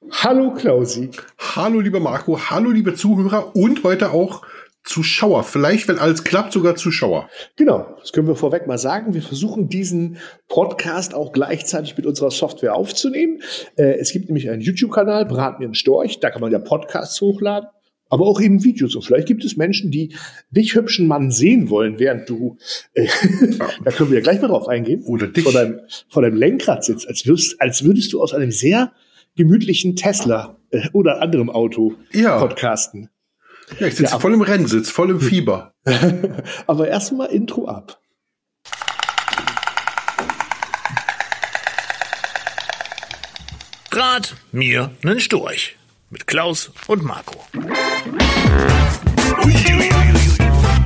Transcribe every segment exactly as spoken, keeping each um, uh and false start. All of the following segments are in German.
Hallo Klausi. Hallo lieber Marco, hallo liebe Zuhörer und heute auch Zuschauer. Vielleicht, wenn alles klappt, sogar Zuschauer. Genau, das können wir vorweg mal sagen. Wir versuchen diesen Podcast auch gleichzeitig mit unserer Software aufzunehmen. Äh, es gibt nämlich einen YouTube-Kanal, Brat mir einen Storch, da kann man ja Podcasts hochladen, aber auch eben Videos. Und vielleicht gibt es Menschen, die dich, hübschen Mann, sehen wollen, während du, äh, da können wir ja gleich mal drauf eingehen, oder dich vor deinem, vor deinem Lenkrad sitzt, als würdest, als würdest du aus einem sehr gemütlichen Tesla äh, oder anderem Auto ja. podcasten. Ja, ich sitze ja, voll im Rennsitz, voll im Fieber. Aber erstmal Intro ab. Brat mir nen Storch mit Klaus und Marco. Ui, ui, ui, ui.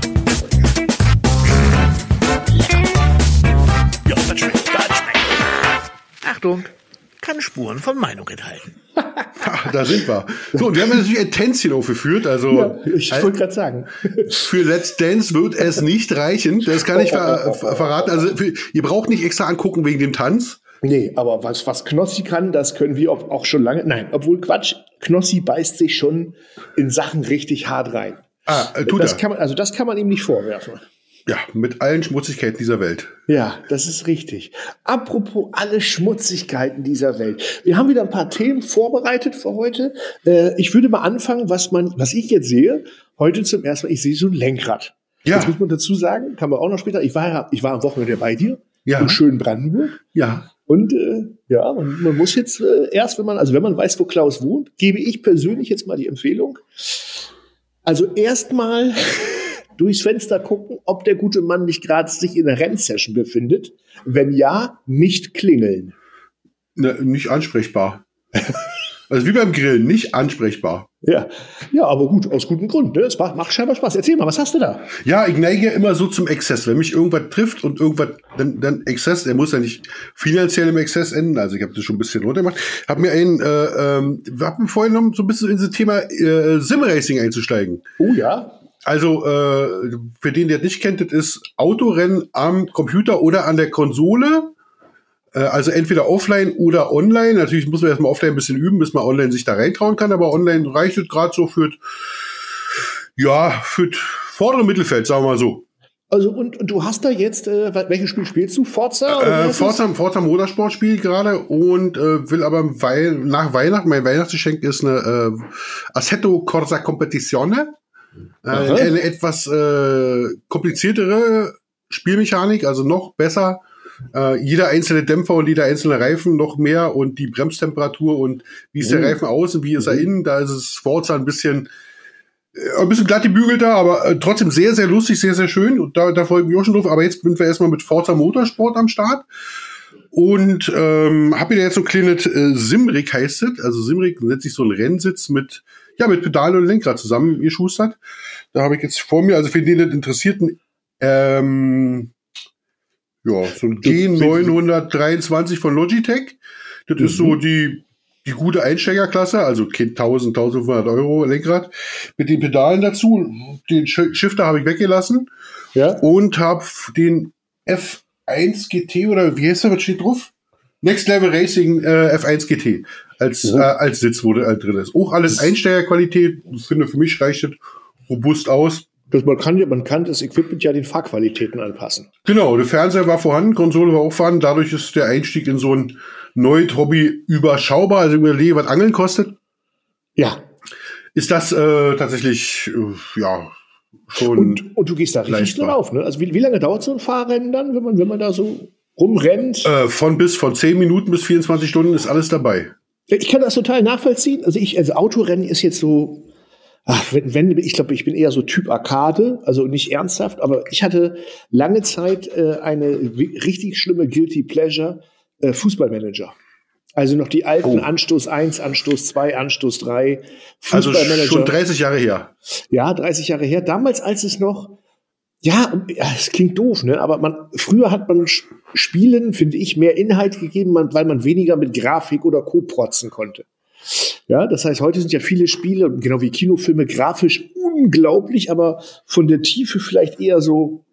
Ja, das schmeckt, das schmeckt. Achtung, kann Spuren von Meinung enthalten. Da sind wir. So, und wir haben natürlich ein Tänzchen aufgeführt. Also, ja, ich wollte gerade sagen. Für Let's Dance wird es nicht reichen. Das kann ich ver- verraten. Also, für, ihr braucht nicht extra angucken wegen dem Tanz. Nee, aber was, was Knossi kann, das können wir auch, auch schon lange. Nein, obwohl Quatsch, Knossi beißt sich schon in Sachen richtig hart rein. Ah, äh, tut das er. Kann man, also das kann man ihm nicht vorwerfen. Ja, mit allen Schmutzigkeiten dieser Welt. Ja, das ist richtig. Apropos alle Schmutzigkeiten dieser Welt. Wir haben wieder ein paar Themen vorbereitet für heute. Äh, ich würde mal anfangen, was man, was ich jetzt sehe. Heute zum ersten Mal, ich sehe so ein Lenkrad. Ja. Jetzt muss man dazu sagen, kann man auch noch später. Ich war ja, ich war am Wochenende bei dir. Ja. In schönen Brandenburg. Ja. Und äh, ja, man, man muss jetzt äh, erst, wenn man, also wenn man weiß, wo Klaus wohnt, gebe ich persönlich jetzt mal die Empfehlung. Also erstmal durchs Fenster gucken, ob der gute Mann nicht gerade sich in einer Rennsession befindet. Wenn ja, nicht klingeln. Ne, nicht ansprechbar. Also wie beim Grillen, nicht ansprechbar. Ja, ja, aber gut, aus gutem Grund. Ne? Es macht, macht scheinbar Spaß. Erzähl mal, was hast du da? Ja, ich neige ja immer so zum Exzess. Wenn mich irgendwas trifft und irgendwas, dann, dann Exzess, der muss ja nicht finanziell im Exzess enden. Also ich habe das schon ein bisschen runtergemacht. Hab mir einen, äh, ähm, hab mir vorgenommen, so ein bisschen in das Thema äh, Sim-Racing einzusteigen. Oh ja. Also, äh, für den, der das nicht kennt, das ist Autorennen am Computer oder an der Konsole. Äh, also entweder offline oder online. Natürlich muss man erstmal offline ein bisschen üben, bis man online sich da reintrauen kann. Aber online reicht es gerade so für, ja, für das vordere Mittelfeld, sagen wir mal so. Also, und, und du hast da jetzt, äh, welches Spiel spielst du? Forza? Äh, Forza, Forza Motorsport spiele ich gerade und äh, will aber weil, nach Weihnachten, mein Weihnachtsgeschenk ist eine äh, Assetto Corsa Competizione. Äh, eine etwas äh, kompliziertere Spielmechanik, also noch besser. Äh, jeder einzelne Dämpfer und jeder einzelne Reifen noch mehr und die Bremstemperatur und wie ist der Mhm. Reifen außen, wie ist er Mhm. innen. Da ist es Forza ein bisschen äh, ein bisschen glatt gebügelter, aber äh, trotzdem sehr, sehr lustig, sehr, sehr schön. Und da, da freue ich mich auch schon drauf. Aber jetzt sind wir erstmal mit Forza Motorsport am Start. Und ähm, habe mir jetzt so ein kleines äh, Simrig heißt es. Also Simrig setzt sich so ein Rennsitz mit ja mit Pedal und Lenkrad zusammen geschustert. Da habe ich jetzt vor mir, also für den das Interessierten, ähm, ja, so ein G neunhundertdreiundzwanzig von Logitech. Das mhm. ist so die die gute Einsteigerklasse, also tausend, tausendfünfhundert Euro Lenkrad mit den Pedalen dazu. Den Shifter habe ich weggelassen Ja. und habe den F eins G T oder wie heißt der, was steht drauf? Next Level Racing äh, F eins G T als, Ja. äh, als Sitz, wo der halt drin ist. Auch alles Einsteigerqualität. Ich finde, für mich reicht das robust aus. Das, man, kann, man kann das Equipment ja den Fahrqualitäten anpassen. Genau, der Fernseher war vorhanden, Konsole war auch vorhanden. Dadurch ist der Einstieg in so ein neues Hobby überschaubar. Also ich überlege, was Angeln kostet. Ja. Ist das äh, tatsächlich, äh, ja, schon Und, und du gehst da richtig leistbar. drauf, ne? Also wie, wie lange dauert so ein Fahrrennen dann, wenn man, wenn man da so rumrennt? Äh, von bis von zehn Minuten bis vierundzwanzig Stunden ist alles dabei. Ich kann das total nachvollziehen. Also ich, also Autorennen ist jetzt so, ach, wenn, wenn ich glaube, ich bin eher so Typ Arcade, also nicht ernsthaft, aber ich hatte lange Zeit äh, eine w- richtig schlimme Guilty Pleasure äh, Fußballmanager. Also noch die alten Oh. Anstoß eins, Anstoß zwei, Anstoß drei, Also Fußballmanager. schon dreißig Jahre her. Ja, dreißig Jahre her. Damals, als es noch, ja, ja, es klingt doof, ne? Aber man, früher hat man Sch- Spielen, finde ich, mehr Inhalt gegeben, man, weil man weniger mit Grafik oder Co. protzen konnte. Ja, das heißt, heute sind ja viele Spiele, genau wie Kinofilme, grafisch unglaublich, aber von der Tiefe vielleicht eher so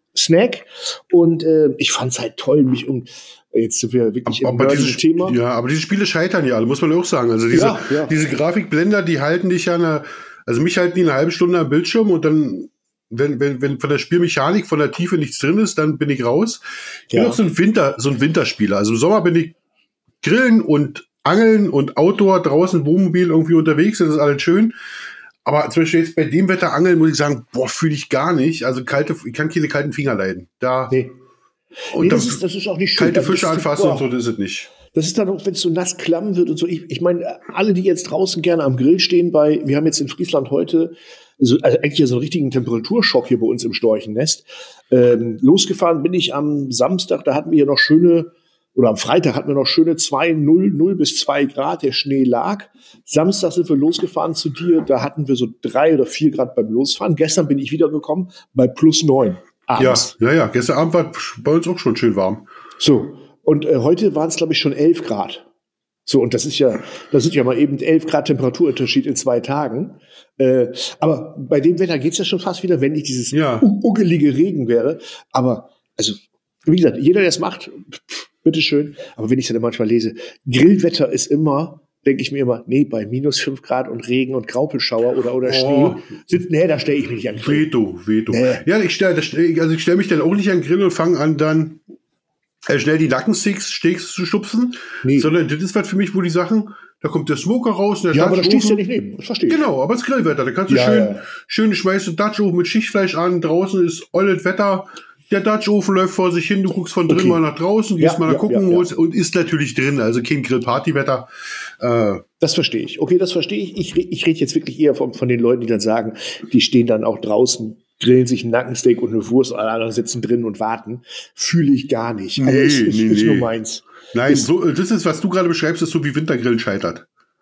Snack. Und äh, ich fand es halt toll, mich um jetzt sind wir wirklich im dieses Thema. Ja, aber diese Spiele scheitern ja alle, muss man auch sagen. Also diese, ja, ja. diese Grafikblender, die halten dich ja eine, also mich halten die eine halbe Stunde am Bildschirm und dann, wenn, wenn, wenn von der Spielmechanik, von der Tiefe nichts drin ist, dann bin ich raus. Ich bin Ja. auch so ein Winter, so ein Winterspieler. Also im Sommer bin ich Grillen und Angeln und Outdoor draußen, Wohnmobil irgendwie unterwegs, das ist alles schön. Aber zum Beispiel jetzt bei dem Wetter angeln, muss ich sagen, boah, fühle ich gar nicht. Also kalte, ich kann keine kalten Finger leiden. Da. Nee. Und nee, das, das, ist, das ist auch nicht schön. kalte Fische das ist, anfassen boah, und so, das ist es nicht. Das ist dann auch, wenn es so nass klamm wird und so. Ich, ich meine, alle, die jetzt draußen gerne am Grill stehen, bei, wir haben jetzt in Friesland heute so, also eigentlich so einen richtigen Temperaturschock hier bei uns im Storchennest. Ähm, losgefahren bin ich am Samstag, da hatten wir hier noch schöne, oder am Freitag hatten wir noch schöne zwei, null, null bis zwei Grad, der Schnee lag. Samstag sind wir losgefahren zu dir, da hatten wir so drei oder vier Grad beim Losfahren. Gestern bin ich wiedergekommen bei plus neun. Abends. Ja, ja, ja. Gestern Abend war bei uns auch schon schön warm. So, und äh, heute waren es, glaube ich, schon elf Grad. So, und das ist ja, das sind ja mal eben elf Grad Temperaturunterschied in zwei Tagen. Äh, aber bei dem Wetter geht's ja schon fast wieder, wenn nicht dieses Ja. uggelige Regen wäre. Aber, also, wie gesagt, jeder, der es macht, pff, bitteschön. Aber wenn ich dann manchmal lese, Grillwetter ist immer, denke ich mir immer, nee, bei minus fünf Grad und Regen und Graupelschauer oder, oder Oh. Schnee, sind, nee, da stelle ich mich nicht an den Grill. Veto, Veto. Nee. Ja, ich stelle also ich stell mich dann auch nicht an den Grill und fange an, dann äh, schnell die Nackensticks Steaks zu stupsen. Nee. Sondern das ist was für mich, wo die Sachen, da kommt der Smoker raus. Der Ja, aber da Dutch stehst du ja Ofen. nicht neben. Das verstehe ich. Genau, aber es ist Grillwetter. Da kannst du Ja, schön, ja. schön schmeißt du Dutch Ofen mit Schichtfleisch an. Draußen ist olles Wetter. Der Dutch Ofen läuft vor sich hin. Du guckst von drin Okay. mal nach draußen, gehst Ja, mal nach ja, gucken ja, ja. holst und ist natürlich drin. Also kein Grill-Party-Wetter. Äh, Das verstehe ich. Okay, das verstehe ich. Ich, re- ich rede jetzt wirklich eher von, von den Leuten, die dann sagen, die stehen dann auch draußen, grillen sich ein Nackensteak und eine Wurst, alle anderen sitzen drin und warten. Fühle ich gar nicht. Aber Nee, es ist, nee, ist nur nee. meins. nein, Ist- so, das ist, was du gerade beschreibst, ist so wie Wintergrillen scheitert.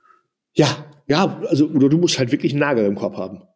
Ja, ja, also, oder du musst halt wirklich einen Nagel im Kopf haben.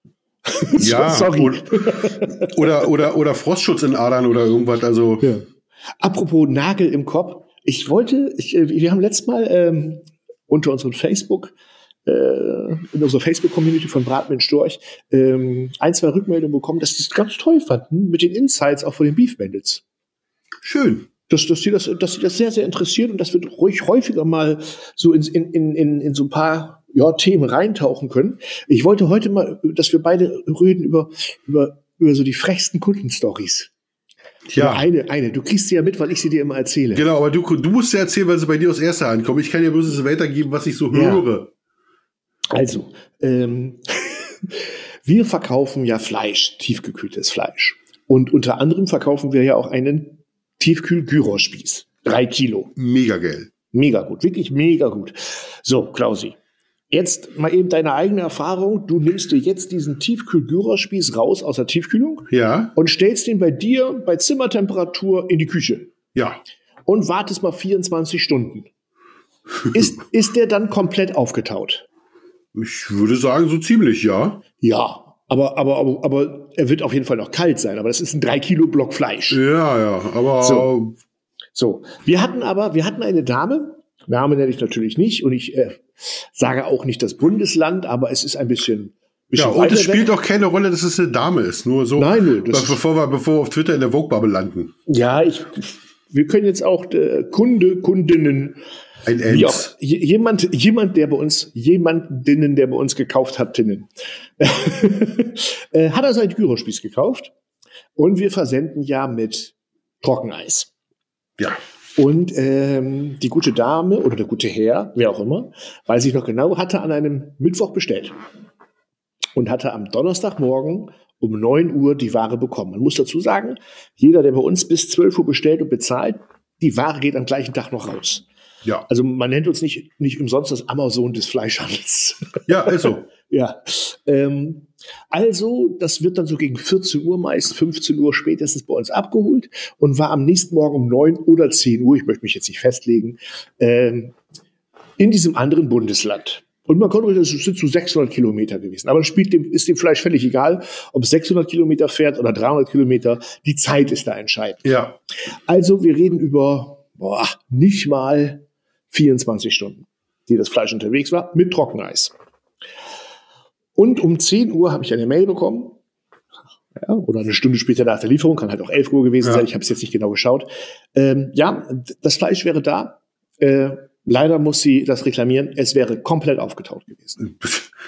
Ja, Sorry. Oder, oder, oder, oder Frostschutz in Adern oder irgendwas. Also, Ja. Apropos Nagel im Kopf. Ich wollte, ich, äh, wir haben letztes Mal ähm, unter unseren Facebook, äh, in unserer Facebook-Community von Bratmen Storch, ähm, ein, zwei Rückmeldungen bekommen, dass sie es ganz toll fanden mit den Insights auch von den Beef Bandits. schön. Dass, dass, sie das, dass sie das sehr, sehr interessiert und dass wir ruhig häufiger mal so in, in, in, in, in so ein paar ja, Themen reintauchen können. Ich wollte heute mal, dass wir beide reden über, über, über so die frechsten Kundenstories. Ja, Oder eine, eine. Du kriegst sie ja mit, weil ich sie dir immer erzähle. genau, aber du, du musst ja erzählen, weil sie bei dir aus erster Hand kommen. Ich kann ja bloß das weitergeben, was ich so Ja. höre. Also, ähm, wir verkaufen ja Fleisch, tiefgekühltes Fleisch. Und unter anderem verkaufen wir ja auch einen Tiefkühl-Gyrospieß. Drei Kilo. Mega geil. Mega gut, wirklich mega gut. So, Klausi, jetzt mal eben deine eigene Erfahrung. Du nimmst dir jetzt diesen Tiefkühl-Gyrospieß raus aus der Tiefkühlung Ja, und stellst den bei dir bei Zimmertemperatur in die Küche ja. und wartest mal vierundzwanzig Stunden. Ist, ist der dann komplett aufgetaut? Ich würde sagen, so ziemlich, ja. Ja, aber, aber, aber, aber er wird auf jeden Fall noch kalt sein. Aber das ist ein drei Kilo Block Fleisch. Ja, ja, aber So. So, wir hatten aber, wir hatten eine Dame, Name nenne ich natürlich nicht und ich äh, sage auch nicht das Bundesland, aber es ist ein bisschen, bisschen ja, und es weiter spielt weg. auch keine Rolle, dass es eine Dame ist. Nur so, Nein, nö, das- bevor wir, bevor wir auf Twitter in der Vogue-Bubble landen. Ja, ich, wir können jetzt auch äh, Kunde, Kundinnen, Ein wie auch, Ems. j- jemand, jemand, der bei uns, jemandinnen, der bei uns gekauft hat, Tinnen, äh, hat also einen Gyrospieß gekauft und wir versenden ja mit Trockeneis. Ja. Und ähm, die gute Dame oder der gute Herr, wer auch immer, weiß ich noch genau, hatte an einem Mittwoch bestellt und hatte am Donnerstagmorgen um neun Uhr die Ware bekommen. Man muss dazu sagen, jeder, der bei uns bis zwölf Uhr bestellt und bezahlt, die Ware geht am gleichen Tag noch raus. Ja. Also man nennt uns nicht, nicht umsonst das Amazon des Fleischhandels. Ja, ist so. Ja, ähm, also das wird dann so gegen vierzehn Uhr meist, fünfzehn Uhr spätestens bei uns abgeholt und war am nächsten Morgen um neun oder zehn Uhr, ich möchte mich jetzt nicht festlegen, ähm, in diesem anderen Bundesland. Und man konnte, das sind so sechshundert Kilometer gewesen. Aber das spielt dem, ist dem Fleisch völlig egal, ob es sechshundert Kilometer fährt oder dreihundert Kilometer. Die Zeit ist da entscheidend. Ja. Also wir reden über boah, nicht mal vierundzwanzig Stunden, die das Fleisch unterwegs war, mit Trockeneis. Und um zehn Uhr habe ich eine Mail bekommen. Ja, oder eine Stunde später nach der Lieferung, kann halt auch elf Uhr gewesen ja. sein, ich habe es jetzt nicht genau geschaut. Ähm, ja, das Fleisch wäre da. Äh, leider muss sie das reklamieren, es wäre komplett aufgetaut gewesen.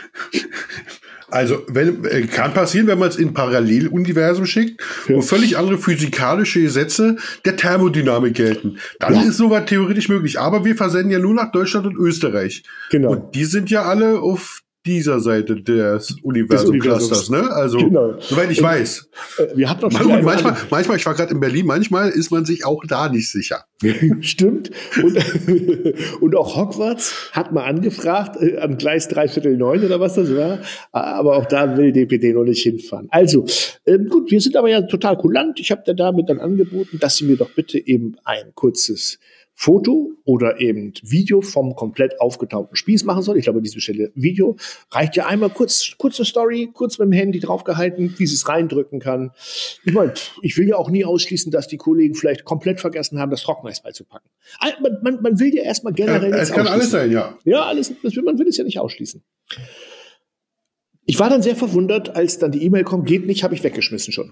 Also, wenn, kann passieren, wenn man es in Paralleluniversum schickt, ja. wo völlig andere physikalische Gesetze der Thermodynamik gelten. Dann ja. ist sowas theoretisch möglich. Aber wir versenden ja nur nach Deutschland und Österreich. Genau. Und die sind ja alle auf dieser Seite des Universum-Clusters, ne? Also, genau. soweit ich und, weiß. Äh, wir hatten Man, und manchmal, manchmal, ich war gerade in Berlin, manchmal ist man sich auch da nicht sicher. Stimmt. Und, und auch Hogwarts hat mal angefragt, äh, am Gleis dreiviertel neun oder was das war. Aber auch da will D P D noch nicht hinfahren. Also, ähm, gut, wir sind aber ja total kulant. Ich habe da damit dann angeboten, dass sie mir doch bitte eben ein kurzes Foto oder eben Video vom komplett aufgetauten Spieß machen soll. Ich glaube, an dieser Stelle Video. Reicht ja einmal kurz, kurze Story, kurz mit dem Handy draufgehalten, wie sie es reindrücken kann. Ich meine, ich will ja auch nie ausschließen, dass die Kollegen vielleicht komplett vergessen haben, das Trockeneis beizupacken. Man, man, man will ja erstmal generell ja, es kann alles sein, ja. Ja, alles, das will, man will es ja nicht ausschließen. Ich war dann sehr verwundert, als dann die E-Mail kommt, geht nicht, habe ich weggeschmissen schon.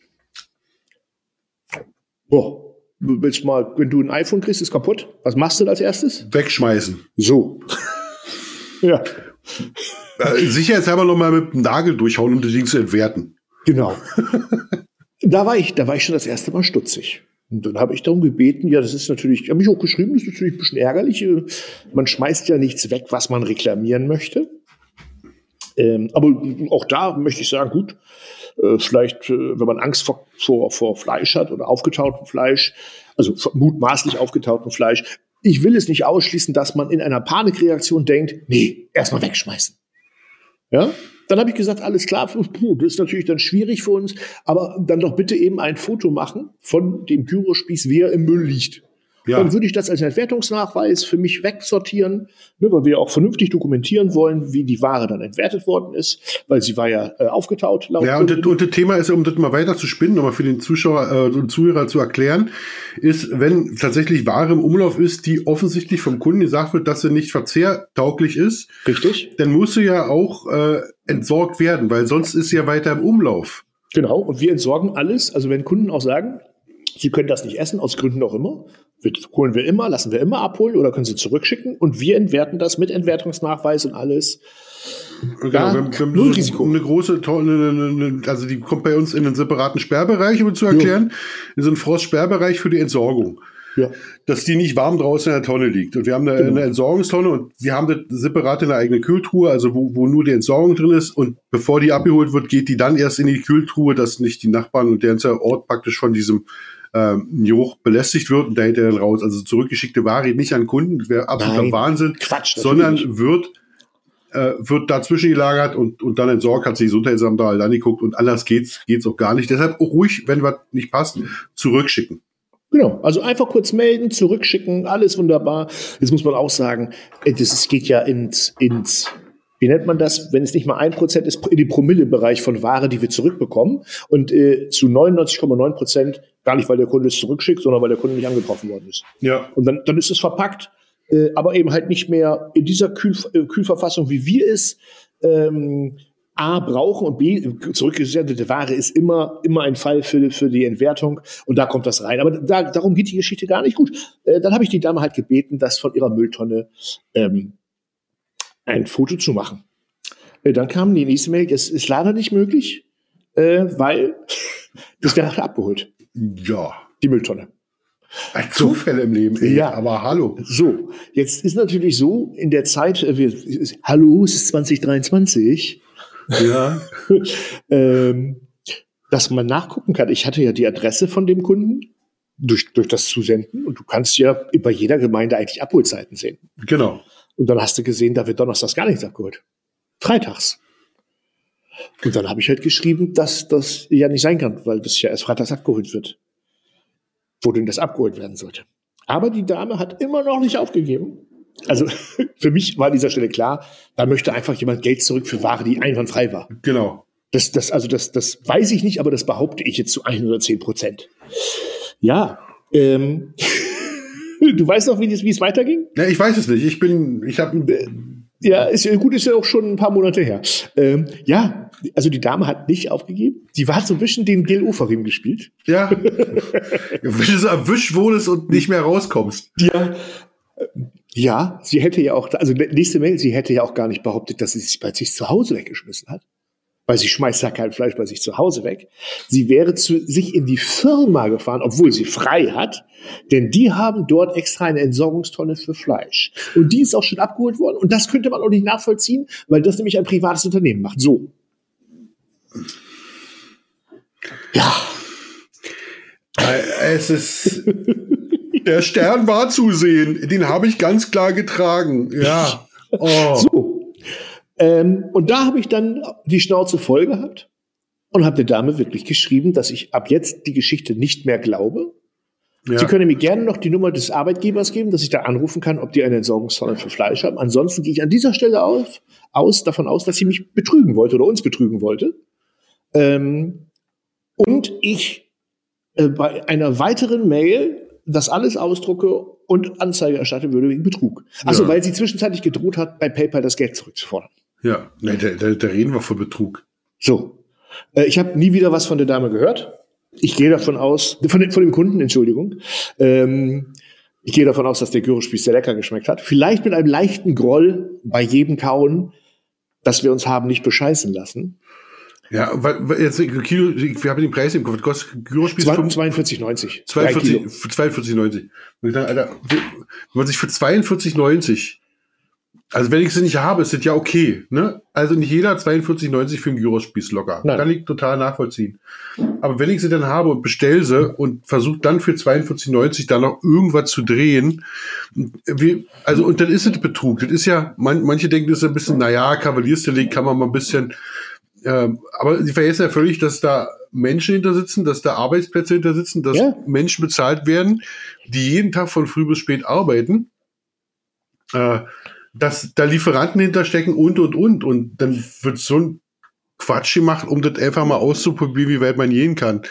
Boah. Willst mal, wenn du ein iPhone kriegst, ist kaputt. Was machst du als erstes? Wegschmeißen. So. ja. Äh, sicherheitshalber noch mal mit dem Nagel durchhauen, um das Ding zu entwerten. Genau. da war ich, da war ich schon das erste Mal stutzig. Und dann habe ich darum gebeten, ja, das ist natürlich, ich habe mich auch geschrieben, das ist natürlich ein bisschen ärgerlich. Man schmeißt ja nichts weg, was man reklamieren möchte. Ähm, aber auch da möchte ich sagen, gut, äh, vielleicht, äh, wenn man Angst vor, vor, vor Fleisch hat oder aufgetautem Fleisch, also mutmaßlich aufgetautem Fleisch, ich will es nicht ausschließen, dass man in einer Panikreaktion denkt, nee, erstmal wegschmeißen. Ja? Dann habe ich gesagt, alles klar, puh, das ist natürlich dann schwierig für uns, aber dann doch bitte eben ein Foto machen von dem Gyrospieß, wie er im Müll liegt. Ja. Dann würde ich das als Entwertungsnachweis für mich wegsortieren, ne, weil wir auch vernünftig dokumentieren wollen, wie die Ware dann entwertet worden ist, weil sie war ja äh, aufgetaut. Laut ja, und das, und das Thema ist, um das mal weiter zu spinnen, nochmal für den Zuschauer äh, und Zuhörer zu erklären, ist, wenn tatsächlich Ware im Umlauf ist, die offensichtlich vom Kunden gesagt wird, dass sie nicht verzehrtauglich ist, richtig, dann muss sie ja auch äh, entsorgt werden, weil sonst ist sie ja weiter im Umlauf. Genau, und wir entsorgen alles. Also wenn Kunden auch sagen, sie können das nicht essen, aus Gründen auch immer, holen wir immer, lassen wir immer abholen oder können sie zurückschicken und wir entwerten das mit Entwertungsnachweis und alles. Genau, ja, wir haben null Risiko. Eine große, eine, eine, also die kommt bei uns in einen separaten Sperrbereich, um zu erklären, ja. in so einen Frostsperrbereich für die Entsorgung. Ja. Dass die nicht warm draußen in der Tonne liegt. Und wir haben eine, genau. eine Entsorgungstonne und wir haben das separat in eine eigene Kühltruhe, also wo, wo nur die Entsorgung drin ist. Und bevor die abgeholt wird, geht die dann erst in die Kühltruhe, dass nicht die Nachbarn und der ganze Ort praktisch von diesem ähm, Geruch belästigt wird und da hält er dann raus. Also zurückgeschickte Ware nicht an Kunden, das wäre absoluter Nein. Wahnsinn. Quatsch, sondern wird äh, wird dazwischen gelagert und, und dann entsorgt, hat sich das Gesundheitsamt da halt angeguckt und anders geht's, geht's auch gar nicht. Deshalb auch ruhig, wenn was nicht passt, zurückschicken. Genau, also einfach kurz melden, zurückschicken, alles wunderbar. Jetzt muss man auch sagen, das ist, geht ja ins, ins, wie nennt man das, wenn es nicht mal ein Prozent ist, in den Promille-Bereich von Ware, die wir zurückbekommen und äh, zu neunundneunzig Komma neun Prozent gar nicht, weil der Kunde es zurückschickt, sondern weil der Kunde nicht angetroffen worden ist. Ja. Und dann, dann ist es verpackt, äh, aber eben halt nicht mehr in dieser Kühl, äh, Kühlverfassung, wie wir es ähm, A, brauchen und B, zurückgesendete Ware ist immer, immer ein Fall für, für die Entwertung und da kommt das rein. Aber da, darum geht die Geschichte gar nicht gut. Äh, dann habe ich die Dame halt gebeten, das von ihrer Mülltonne ähm, ein Foto zu machen. Äh, dann kam die nächste Mail, es ist leider nicht möglich, äh, weil das wäre abgeholt. Ja. Die Mülltonne. Ein Zufall im Leben, ey. Ja. Aber hallo. So, jetzt ist natürlich so, in der Zeit, äh, wir, hallo, es ist zwanzig dreiundzwanzig. Ja. ähm, dass man nachgucken kann. Ich hatte ja die Adresse von dem Kunden durch, durch das Zusenden und du kannst ja bei jeder Gemeinde eigentlich Abholzeiten sehen. Genau. Und dann hast du gesehen, da wird donnerstags gar nichts abgeholt. Freitags. Und dann habe ich halt geschrieben, dass das ja nicht sein kann, weil das ja erst freitags abgeholt wird. Wo denn das abgeholt werden sollte. Aber die Dame hat immer noch nicht aufgegeben. Also für mich war an dieser Stelle klar, da möchte einfach jemand Geld zurück für Ware, die einwandfrei war. Genau. Das, das, also das, das weiß ich nicht, aber das behaupte ich jetzt zu hundertzehn Prozent. Ja, ähm, du weißt noch, wie es, wie es weiterging? Ja, ich weiß es nicht. Ich bin, ich habe Ja, ist ja gut, ist ja auch schon ein paar Monate her. Ähm, ja, also die Dame hat nicht aufgegeben. Die hat so ein bisschen den Gil Oferim gespielt. Ja. Wenn du so erwischt wurdest und nicht mehr rauskommst. Ja. Ja, sie hätte ja auch, also nächste Mail, sie hätte ja auch gar nicht behauptet, dass sie sich bei sich zu Hause weggeschmissen hat. Weil sie schmeißt ja kein Fleisch bei sich zu Hause weg. Sie wäre zu sich in die Firma gefahren, obwohl sie frei hat, denn die haben dort extra eine Entsorgungstonne für Fleisch. Und die ist auch schon abgeholt worden. Und das könnte man auch nicht nachvollziehen, weil das nämlich ein privates Unternehmen macht. So. Ja. Es ist, der Stern war zu sehen. Den habe ich ganz klar getragen. Ja. Oh. So. Ähm, und da habe ich dann die Schnauze voll gehabt und habe der Dame wirklich geschrieben, dass ich ab jetzt die Geschichte nicht mehr glaube. Ja. Sie können mir gerne noch die Nummer des Arbeitgebers geben, dass ich da anrufen kann, ob die eine Entsorgungstonne für Fleisch haben. Ansonsten gehe ich an dieser Stelle auf, aus, davon aus, dass sie mich betrügen wollte oder uns betrügen wollte. Ähm, und ich äh, bei einer weiteren Mail das alles ausdrucke und Anzeige erstatten würde wegen Betrug. Also, ja. Weil sie zwischenzeitlich gedroht hat, bei PayPal das Geld zurückzufordern. Ja, nee, da, da, da reden wir von Betrug. So. Äh, ich habe nie wieder was von der Dame gehört. Ich gehe davon aus, von, den, von dem Kunden, Entschuldigung. Ähm, ich gehe davon aus, dass der Gyrospieß sehr lecker geschmeckt hat. Vielleicht mit einem leichten Groll bei jedem Kauen, dass wir uns haben nicht bescheißen lassen. Ja, weil jetzt Kilo, wir haben den Preis im Kopf. Was kostet Gyrospieß? zweiundvierzig neunzig. zweiundvierzig neunzig. Und dann, Alter, wenn man sich für zweiundvierzig neunzig, also wenn ich sie nicht habe, ist das ja okay, ne? Also nicht jeder zweiundvierzig neunzig für einen Gyrospieß locker. Nein. Kann ich total nachvollziehen. Aber wenn ich sie dann habe und bestelle sie und versuche dann für zweiundvierzig neunzig da noch irgendwas zu drehen, wie, also und dann ist es Betrug. Das ist ja, man, manche denken, das ist ein bisschen, naja, Kavaliersdelikt kann man mal ein bisschen, ähm, aber sie vergessen ja völlig, dass da Menschen hinter sitzen, dass da Arbeitsplätze hinter sitzen, dass ja. Menschen bezahlt werden, die jeden Tag von früh bis spät arbeiten. Äh, dass da Lieferanten hinterstecken und, und, und. Und dann wird so ein Quatsch gemacht, um das einfach mal auszuprobieren, wie weit man gehen kann.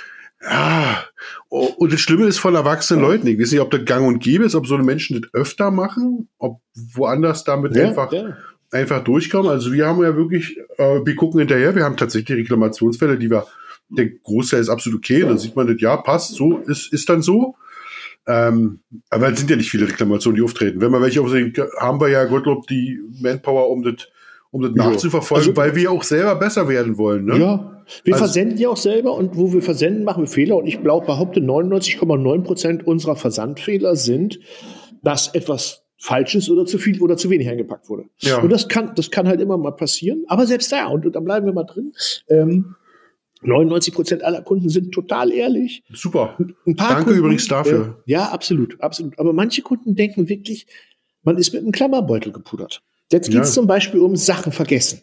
Ja. Und das Schlimme ist von erwachsenen Leuten. Ich weiß nicht, ob das gang und gäbe ist, ob so eine Menschen das öfter machen, ob woanders damit ja, einfach, ja. einfach durchkommen. Also wir haben ja wirklich, äh, wir gucken hinterher, wir haben tatsächlich Reklamationsfälle, die wir, der Großteil ist absolut okay. Dann sieht man das, ja, passt, so, ist, ist dann so. Ähm, aber es sind ja nicht viele Reklamationen, die auftreten. Wenn wir welche aufsehen, haben wir ja Gottlob die Manpower, um das, um das ja. nachzuverfolgen, also, weil wir auch selber besser werden wollen. Ne? Ja, wir also, versenden ja auch selber und wo wir versenden, machen wir Fehler. Und ich glaube, behaupte neunundneunzig Komma neun Prozent unserer Versandfehler sind, dass etwas Falsches oder zu viel oder zu wenig eingepackt wurde. Ja. Und das kann, das kann halt immer mal passieren. Aber selbst da, und, und da bleiben wir mal drin, ähm, neunundneunzig Prozent aller Kunden sind total ehrlich. Super. Ein paar Danke Kunden, übrigens dafür. Äh, ja, absolut, absolut. Aber manche Kunden denken wirklich, man ist mit einem Klammerbeutel gepudert. Jetzt geht es ja. zum Beispiel um Sachen vergessen.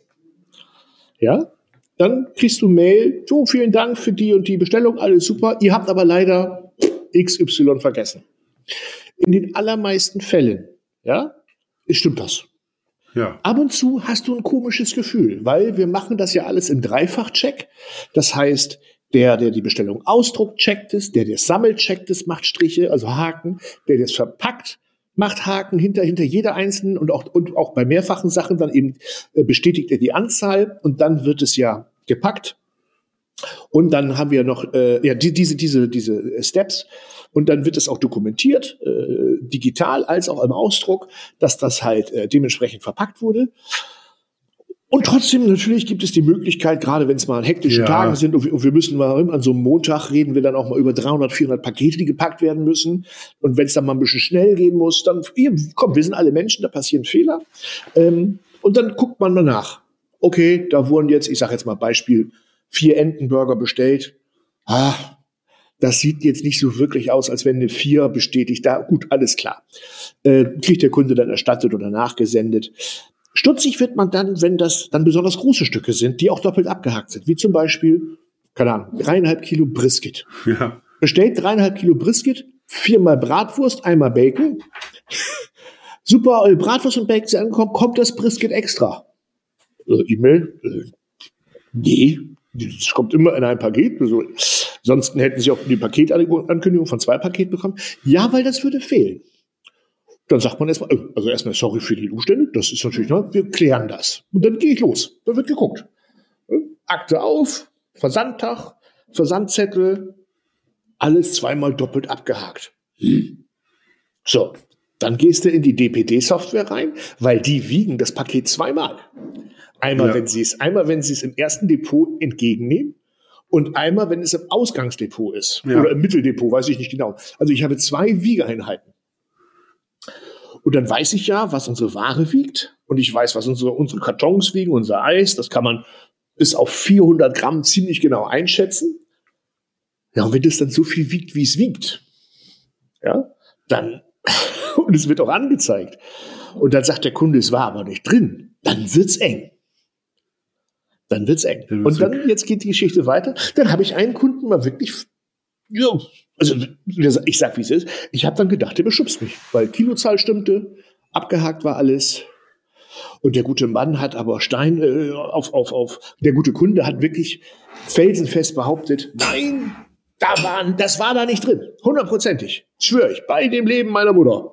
Ja? Dann kriegst du Mail, so, vielen Dank für die und die Bestellung, alles super. Ihr habt aber leider X Y vergessen. In den allermeisten Fällen, ja, stimmt das. Ja. Ab und zu hast du ein komisches Gefühl, weil wir machen das ja alles im Dreifach-Check. Das heißt, der, der die Bestellung ausdruckt, checkt es, der, der sammelt, checkt es, macht Striche, also Haken, der, der es verpackt, macht Haken hinter, hinter jeder einzelnen und auch, und auch bei mehrfachen Sachen dann eben äh, bestätigt er die Anzahl und dann wird es ja gepackt. Und dann haben wir noch äh, ja die, diese diese diese Steps und dann wird es auch dokumentiert, äh, digital als auch im Ausdruck, dass das halt äh, dementsprechend verpackt wurde. Und trotzdem natürlich gibt es die Möglichkeit, gerade wenn es mal hektische ja. Tage sind und wir, und wir müssen mal an so einem Montag reden wir dann auch mal über dreihundert, vierhundert Pakete, die gepackt werden müssen. Und wenn es dann mal ein bisschen schnell gehen muss, dann komm, wir sind alle Menschen, da passieren Fehler. Ähm, und dann guckt man mal nach. Okay, da wurden jetzt, ich sage jetzt mal Beispiel, vier Entenburger bestellt. Ah, das sieht jetzt nicht so wirklich aus, als wenn eine vier bestätigt. Da, gut, alles klar. Äh, kriegt der Kunde dann erstattet oder nachgesendet. Stutzig wird man dann, wenn das dann besonders große Stücke sind, die auch doppelt abgehakt sind. Wie zum Beispiel, keine Ahnung, dreieinhalb Kilo Brisket. Ja. Bestellt dreieinhalb Kilo Brisket, viermal Bratwurst, einmal Bacon. Super, eure Bratwurst und Bacon sind angekommen, kommt das Brisket extra. Äh, E-Mail? Äh, nee. Das kommt immer in ein Paket. Also, ansonsten hätten sie auch die Paketankündigung von zwei Paketen bekommen. Ja, weil das würde fehlen. Dann sagt man erstmal, also erstmal sorry für die Umstände, das ist natürlich, ne, wir klären das. Und dann gehe ich los. Dann wird geguckt. Akte auf, Versandtag, Versandzettel, alles zweimal doppelt abgehakt. So, dann gehst du in die D P D-Software rein, weil die wiegen das Paket zweimal. Einmal, ja. wenn sie es, einmal, wenn sie es im ersten Depot entgegennehmen und einmal, wenn es im Ausgangsdepot ist. Ja. Oder im Mitteldepot, weiß ich nicht genau. Also ich habe zwei Wiegeeinheiten. Und dann weiß ich ja, was unsere Ware wiegt. Und ich weiß, was unsere, unsere Kartons wiegen, unser Eis. Das kann man bis auf vierhundert Gramm ziemlich genau einschätzen. Ja, und wenn das dann so viel wiegt, wie es wiegt, ja, dann, und es wird auch angezeigt, und dann sagt der Kunde, es war aber nicht drin, dann wird's eng. Dann wird's eng. Und dann, jetzt geht die Geschichte weiter, dann habe ich einen Kunden mal wirklich, ja, also ich sag, wie es ist, ich habe dann gedacht, der beschubst mich, weil Kilozahl stimmte, abgehakt war alles. Und der gute Mann hat aber Stein äh, auf, auf, auf, der gute Kunde hat wirklich felsenfest behauptet, nein, da waren, das war da nicht drin. Hundertprozentig. Schwöre ich, bei dem Leben meiner Mutter.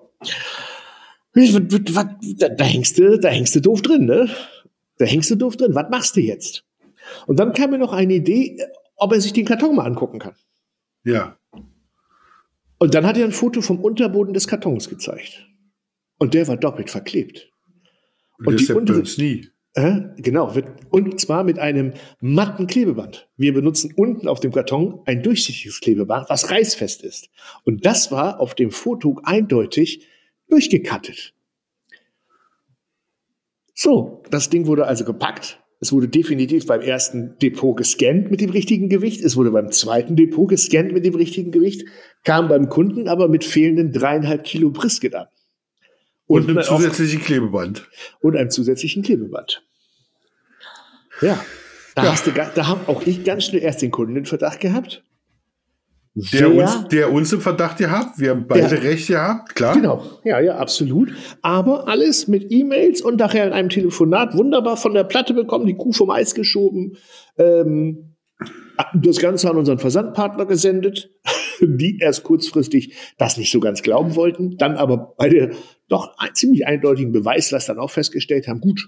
Da, da hängst du, da hängst du doof drin, ne? Da hängst du doof drin. Was machst du jetzt? Und dann kam mir noch eine Idee, ob er sich den Karton mal angucken kann. Ja. Und dann hat er ein Foto vom Unterboden des Kartons gezeigt. Und der war doppelt verklebt. Und die untere, nie. Äh, genau, wird, und zwar mit einem matten Klebeband. Wir benutzen unten auf dem Karton ein durchsichtiges Klebeband, was reißfest ist. Und das war auf dem Foto eindeutig durchgekattet. So, das Ding wurde also gepackt. Es wurde definitiv beim ersten Depot gescannt mit dem richtigen Gewicht. Es wurde beim zweiten Depot gescannt mit dem richtigen Gewicht, kam beim Kunden aber mit fehlenden dreieinhalb Kilo Brisket an. Und, und einem zusätzlichen Klebeband. Und einem zusätzlichen Klebeband. Ja, da, ja. Hast du, da haben auch ich ganz schnell erst den Kunden in Verdacht gehabt. Der uns, der uns im Verdacht gehabt, wir haben beide der, Recht gehabt, klar. Genau, ja, ja, absolut. Aber alles mit E-Mails und nachher in einem Telefonat wunderbar von der Platte bekommen, die Kuh vom Eis geschoben. Ähm, das Ganze an unseren Versandpartner gesendet, die erst kurzfristig das nicht so ganz glauben wollten, dann aber bei der doch ziemlich eindeutigen Beweislast dann auch festgestellt haben, gut,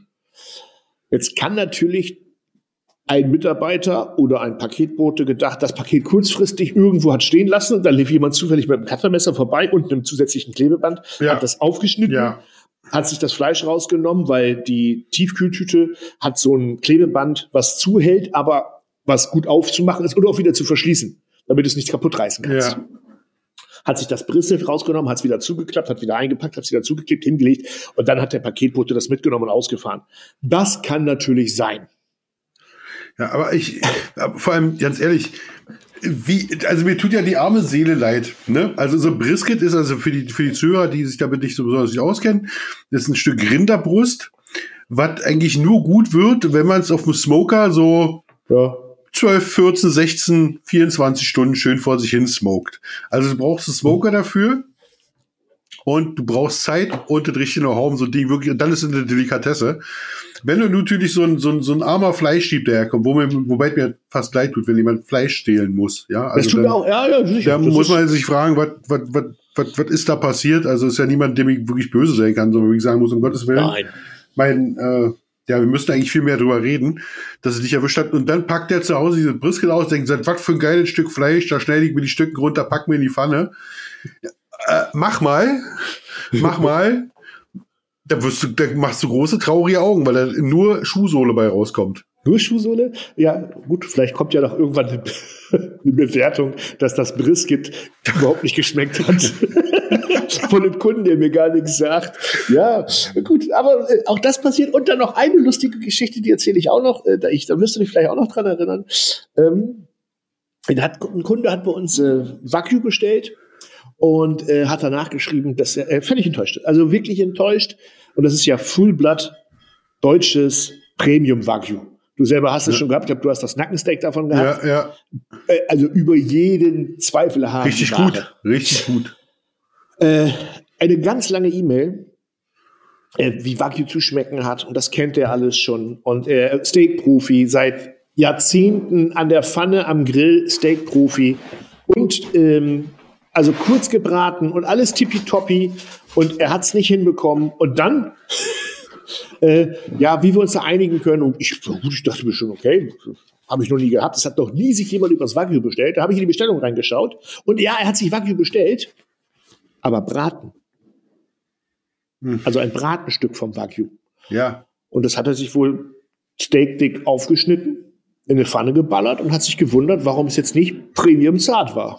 jetzt kann natürlich ein Mitarbeiter oder ein Paketbote gedacht, das Paket kurzfristig irgendwo hat stehen lassen und dann lief jemand zufällig mit einem Cuttermesser vorbei und einem zusätzlichen Klebeband, ja. hat das aufgeschnitten, ja. hat sich das Fleisch rausgenommen, weil die Tiefkühltüte hat so ein Klebeband, was zuhält, aber was gut aufzumachen ist und auch wieder zu verschließen, damit es nicht kaputt reißen kannst. Ja. Hat sich das Brisket rausgenommen, hat es wieder zugeklappt, hat wieder eingepackt, hat es wieder zugeklebt, hingelegt und dann hat der Paketbote das mitgenommen und ausgefahren. Das kann natürlich sein. Ja, aber ich, vor allem, ganz ehrlich, wie, also mir tut ja die arme Seele leid, ne? Also so Brisket ist also für die, für die Zuhörer, die sich damit nicht so besonders nicht auskennen, das ist ein Stück Rinderbrust, was eigentlich nur gut wird, wenn man es auf dem Smoker so, ja, zwölf, vierzehn, sechzehn, vierundzwanzig Stunden schön vor sich hin smoked. Also du brauchst einen Smoker dafür und du brauchst Zeit und das richtige Know-how, um so ein Ding wirklich, und dann ist es eine Delikatesse. Wenn du natürlich so ein, so ein, so ein armer Fleischdieb daherkommt, wo mir, wobei es mir fast leid tut, wenn jemand Fleisch stehlen muss, ja. Also das tut dann, auch, ja, ja, sicher. Da muss man sich fragen, was, was, was, was, was ist da passiert? Also ist ja niemand, dem ich wirklich böse sein kann, sondern wie ich sagen muss, um Gottes Willen. Nein. Mein, äh, ja, wir müssten eigentlich viel mehr drüber reden, dass es dich erwischt hat. Und dann packt der zu Hause dieses Brisket aus, denkt, was für ein geiles Stück Fleisch, da schneide ich mir die Stücken runter, pack mir in die Pfanne. Äh, mach mal, mach mal. Da wirst du, da machst du große, traurige Augen, weil da nur Schuhsohle bei rauskommt. Nur Schuhsohle? Ja, gut, vielleicht kommt ja noch irgendwann eine, eine Bewertung, dass das Brisket überhaupt nicht geschmeckt hat. Von einem Kunden, der mir gar nichts sagt. Ja, gut, aber äh, auch das passiert. Und dann noch eine lustige Geschichte, die erzähle ich auch noch. Äh, da, ich, da wirst du dich vielleicht auch noch dran erinnern. Ähm, hat, ein Kunde hat bei uns äh, Wagyu bestellt und äh, hat danach geschrieben, dass er äh, völlig enttäuscht ist. Also wirklich enttäuscht. Und das ist ja Full-Blood deutsches Premium Wagyu. Du selber hast es ja schon gehabt. Ich glaube, du hast das Nackensteak davon gehabt. Ja, ja. Äh, also über jeden Zweifel haben. Richtig gut, richtig gut. Äh, eine ganz lange E-Mail, äh, wie Wagyu zu schmecken hat. Und das kennt er alles schon. Und äh, Steak-Profi, seit Jahrzehnten an der Pfanne, am Grill, Steak-Profi. Und ähm, Also kurz gebraten und alles tippitoppi und er hat es nicht hinbekommen. Und dann, äh, ja, wie wir uns da einigen können. Und ich, gut, ich dachte mir schon, okay, habe ich noch nie gehabt. Es hat noch nie sich jemand übers Wagyu bestellt. Da habe ich in die Bestellung reingeschaut. Und ja, er hat sich Wagyu bestellt, aber Braten. Hm. Also ein Bratenstück vom Wagyu. Ja. Und das hat er sich wohl steakdick aufgeschnitten, in eine Pfanne geballert und hat sich gewundert, warum es jetzt nicht Premium zart war.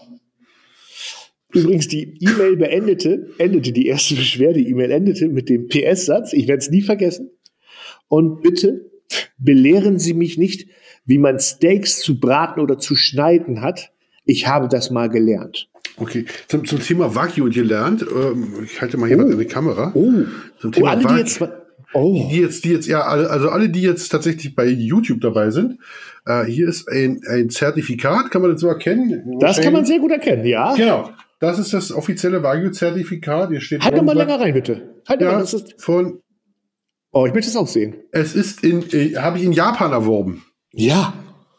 Übrigens, die E-Mail beendete, endete, die erste Beschwerde-E-Mail endete mit dem P S-Satz, ich werde es nie vergessen. Und bitte belehren Sie mich nicht, wie man Steaks zu braten oder zu schneiden hat. Ich habe das mal gelernt. Okay, zum, zum Thema Wagyu gelernt. Ähm, ich halte mal hier Oh. eine Kamera. Oh, Zum Thema oh alle, die Wagyu. jetzt... Oh. Die jetzt, die jetzt, ja, alle, also alle, die jetzt tatsächlich bei YouTube dabei sind, äh, hier ist ein, ein Zertifikat, kann man das so erkennen? Das kann man sehr gut erkennen, ja. Genau, das ist das offizielle Wagyu-Zertifikat. Hier steht Halt drauf, doch mal länger rein, bitte. Halt doch ja, mal, das ist, von, oh, ich möchte es auch sehen. es ist in, äh, habe ich in Japan erworben. Ja.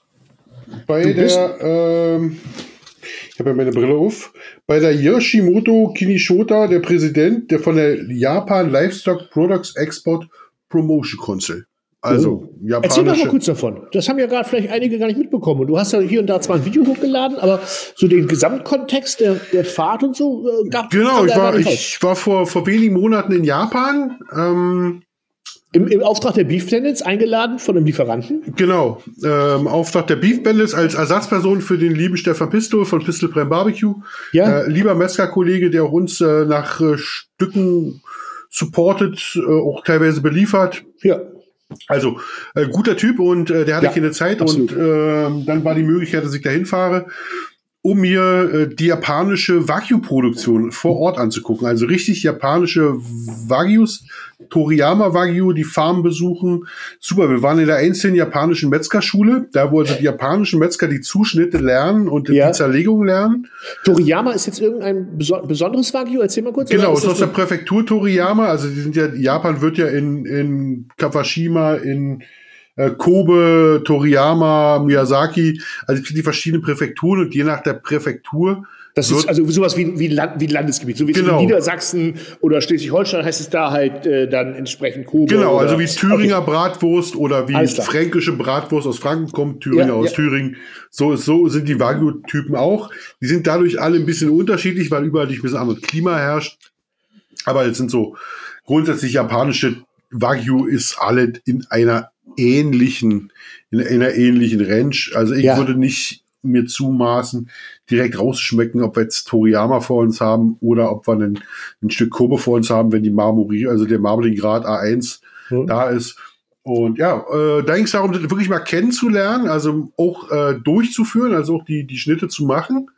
Bei Du bist- der, ähm, ich habe ja meine Brille auf, bei der Yoshimoto Kinishota, der Präsident, der von der Japan Livestock Products Export Promotion Council. Also, Oh. Erzähl doch mal japanische. kurz davon. Das haben ja gerade vielleicht einige gar nicht mitbekommen. Und du hast ja hier und da zwar ein Video hochgeladen, aber so den Gesamtkontext der, der Fahrt und so äh, gab Genau, kam ich da gar war, nicht raus. ich war vor, vor wenigen Monaten in Japan. Ähm, Im, Im Auftrag der Beef Planet eingeladen von einem Lieferanten. genau, ähm, Auftrag der Beef Bandits als Ersatzperson für den lieben Stefan Pistol von Pistol Prime Barbecue. Ja. Äh, lieber Metzger-Kollege, der uns äh, nach äh, Stücken supportet, äh, auch teilweise beliefert. Ja. Also, äh, guter Typ und äh, der hatte Ja, keine Zeit absolut. und äh, dann war die Möglichkeit, dass ich dahin fahre, um mir äh, die japanische Wagyu-Produktion vor Ort anzugucken. Also richtig japanische Wagyus, Toriyama Wagyu, die Farmen besuchen. Super, wir waren in der einzelnen japanischen Metzgerschule, da wo also die japanischen Metzger die Zuschnitte lernen und Ja. die Zerlegung lernen. Toriyama ist jetzt irgendein beso besonderes Wagyu? Erzähl mal kurz. Genau, Oder es ist aus der das Präfektur Toriyama. Also die sind ja, Japan wird ja in, in Kawashima, in äh, Kobe, Toriyama, Miyazaki, also es gibt die verschiedenen Präfekturen und je nach der Präfektur das wird- ist also sowas wie, wie, Land, wie Landesgebiet. So wie es Genau. in Niedersachsen oder Schleswig-Holstein heißt es da halt äh, dann entsprechend Kobe. genau, oder, also wie Thüringer Bratwurst oder wie Alles klar. fränkische Bratwurst aus Franken kommt, Thüringer Ja, aus ja. Thüringen. So ist, so sind die Wagyu-Typen auch. Die sind dadurch alle ein bisschen unterschiedlich, weil überall ein bisschen anderes Klima herrscht. Aber es sind so grundsätzlich japanische Wagyu ist alle in einer ähnlichen, in einer ähnlichen Range. Also ich Ja. würde nicht mir zumaßen, direkt rausschmecken, ob wir jetzt Toriyama vor uns haben oder ob wir ein, ein Stück Kobe vor uns haben, wenn die Marmori, also der Marmorgrad A eins Mhm. da ist. Und ja, äh, da ging es darum, das wirklich mal kennenzulernen, also auch äh, durchzuführen, also auch die, die Schnitte zu machen.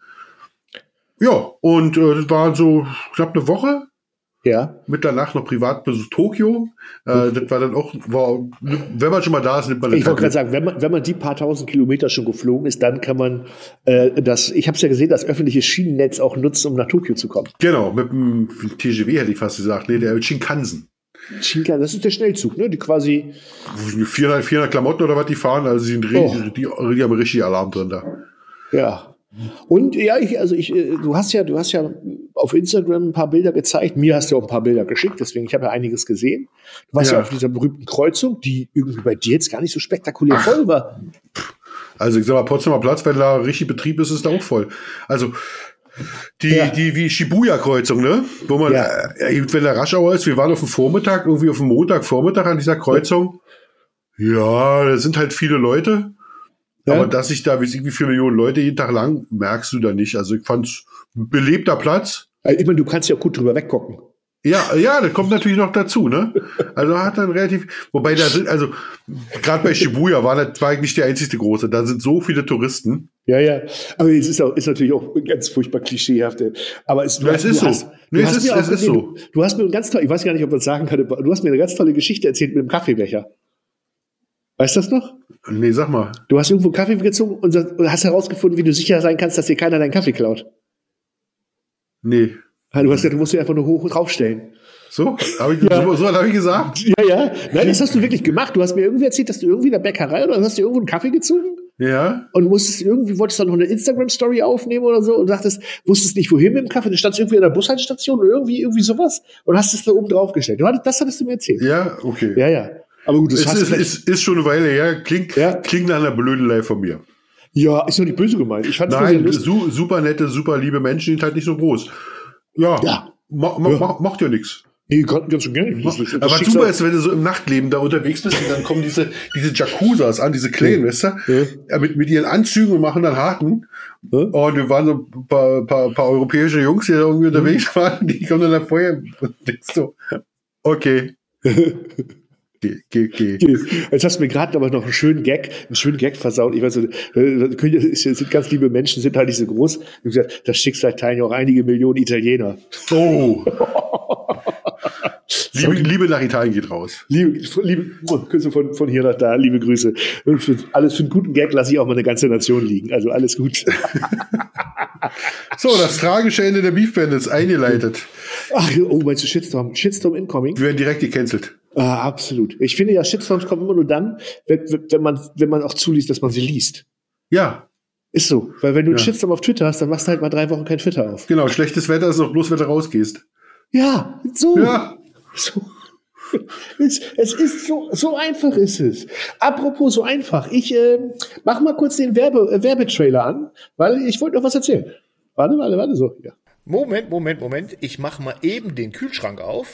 Ja, und äh, das war so knapp eine Woche. Ja. Mit danach noch Privatbesuch Tokio. Äh, das war dann auch, war, wenn man schon mal da ist, nimmt man Ich wollte gerade mit. sagen, wenn man, wenn man die paar tausend Kilometer schon geflogen ist, dann kann man äh, das, ich habe es ja gesehen, das öffentliche Schienennetz auch nutzen, um nach Tokio zu kommen. Genau, mit dem T G V hätte ich fast gesagt. Nee, der Shinkansen. Shinka, das ist der Schnellzug, ne? Die quasi. vierhundert, vierhundert Klamotten oder was die fahren, also die, sind ri- Oh. die, die haben richtig Alarm drin da. Ja. Und ja, ich, also ich, äh, du hast ja, du hast ja auf Instagram ein paar Bilder gezeigt. Mir hast du auch ein paar Bilder geschickt, deswegen ich habe ja einiges gesehen. Du warst ja, Ja. auf dieser berühmten Kreuzung, die irgendwie bei dir jetzt gar nicht so spektakulär Ach. voll war. Also ich sag mal, Potsdamer Platz, wenn da richtig Betrieb ist, ist da auch voll. Also die, Ja. die wie Shibuya-Kreuzung, ne? Wo man, Ja. äh, wenn der Raschauer ist, wir waren auf dem Vormittag, irgendwie auf dem Montagvormittag an dieser Kreuzung. Ja, da sind halt viele Leute. Ja. Aber dass sich da wie wie viele Millionen Leute jeden Tag lang, merkst du da nicht. Also ich fand's ein belebter Platz. Also ich meine, du kannst ja gut drüber weggucken. Ja, ja, das kommt natürlich noch dazu, ne? Also hat dann relativ, wobei da sind, also gerade bei Shibuya war das war nicht der einzige große, da sind so viele Touristen. Ja, ja. Aber es ist, auch, ist natürlich auch ganz furchtbar klischeehaft. Aber es, du Ja, hast, es ist du so. hast, Nee, du es hast ist- mir auch, es ist nee, so. Du, du hast mir ein ganz toll, ich weiß gar nicht, ob man das sagen kann, aber du hast mir eine ganz tolle Geschichte erzählt mit dem Kaffeebecher. Weißt du das noch? Nee, sag mal. Du hast irgendwo einen Kaffee gezogen und hast herausgefunden, wie du sicher sein kannst, dass dir keiner deinen Kaffee klaut. Nee. Ja, du hast gesagt, du musst dir einfach nur hoch draufstellen. So? Hab ich, Ja. so, so habe ich gesagt? Ja, ja. Nein, das hast du wirklich gemacht. Du hast mir irgendwie erzählt, dass du irgendwie in der Bäckerei oder hast du irgendwo einen Kaffee gezogen? Ja. Und musstest irgendwie, wolltest du noch eine Instagram-Story aufnehmen oder so und dachtest, wusstest nicht, wohin mit dem Kaffee, du standst irgendwie an der Bushaltestation oder irgendwie, irgendwie sowas und hast es da oben drauf gestellt. Das hattest du mir erzählt. Ja, okay. Ja, ja. Aber gut, das es hast ist, du ist, ist schon eine Weile her. Klingt, ja. klingt nach einer Blödelei von mir. Ja, ist doch nicht böse gemeint. Ich fand's Nein, su super nette, super liebe Menschen, sind halt nicht so groß. Ja, ja. Ma ma ja. Ma macht ja nichts. Nee, ganz schon gerne. Aber was super ist, wenn du so im Nachtleben da unterwegs bist und dann kommen diese, diese Jakuzas an, diese kleinen, ja. weißt du, ja. mit, mit ihren Anzügen und machen dann Haken. Ja. Und wir waren so ein paar, paar, paar europäische Jungs, die da irgendwie mhm. unterwegs waren, die kommen dann da vorher und denkst so, okay. Geh, geh, geh. Jetzt hast du mir gerade aber noch einen schönen Gag, einen schönen Gag versaut. Ich weiß so, sind ganz liebe Menschen, sind halt nicht so groß. Ich habe gesagt, das Schicksal teilen ja auch einige Millionen Italiener. Oh. Liebe, Liebe nach Italien geht raus. Liebe, liebe Grüße von, von hier nach da, liebe Grüße. Und für, alles für einen guten Gag lasse ich auch mal eine ganze Nation liegen. Also alles gut. So, das tragische Ende der Beef Bandits eingeleitet. Ach, oh, meinst du Shitstorm? Shitstorm incoming? Wir werden direkt gecancelt. Ah, absolut. Ich finde ja, Shitstorms kommen immer nur dann, wenn, wenn man, wenn man auch zuliest, dass man sie liest. Ja. Ist so. Weil wenn du ja. einen Shitstorm auf Twitter hast, dann machst du halt mal drei Wochen kein Twitter auf. Genau, schlechtes Wetter ist noch bloß, wenn du rausgehst. Ja, so. Ja. So. Es, es ist so, so einfach ist es. Apropos so einfach. Ich äh, mach mal kurz den Werbe, äh, Werbetrailer an, weil ich wollte noch was erzählen. Warte, warte, warte, so. Ja. Moment, Moment, Moment. Ich mach mal eben den Kühlschrank auf.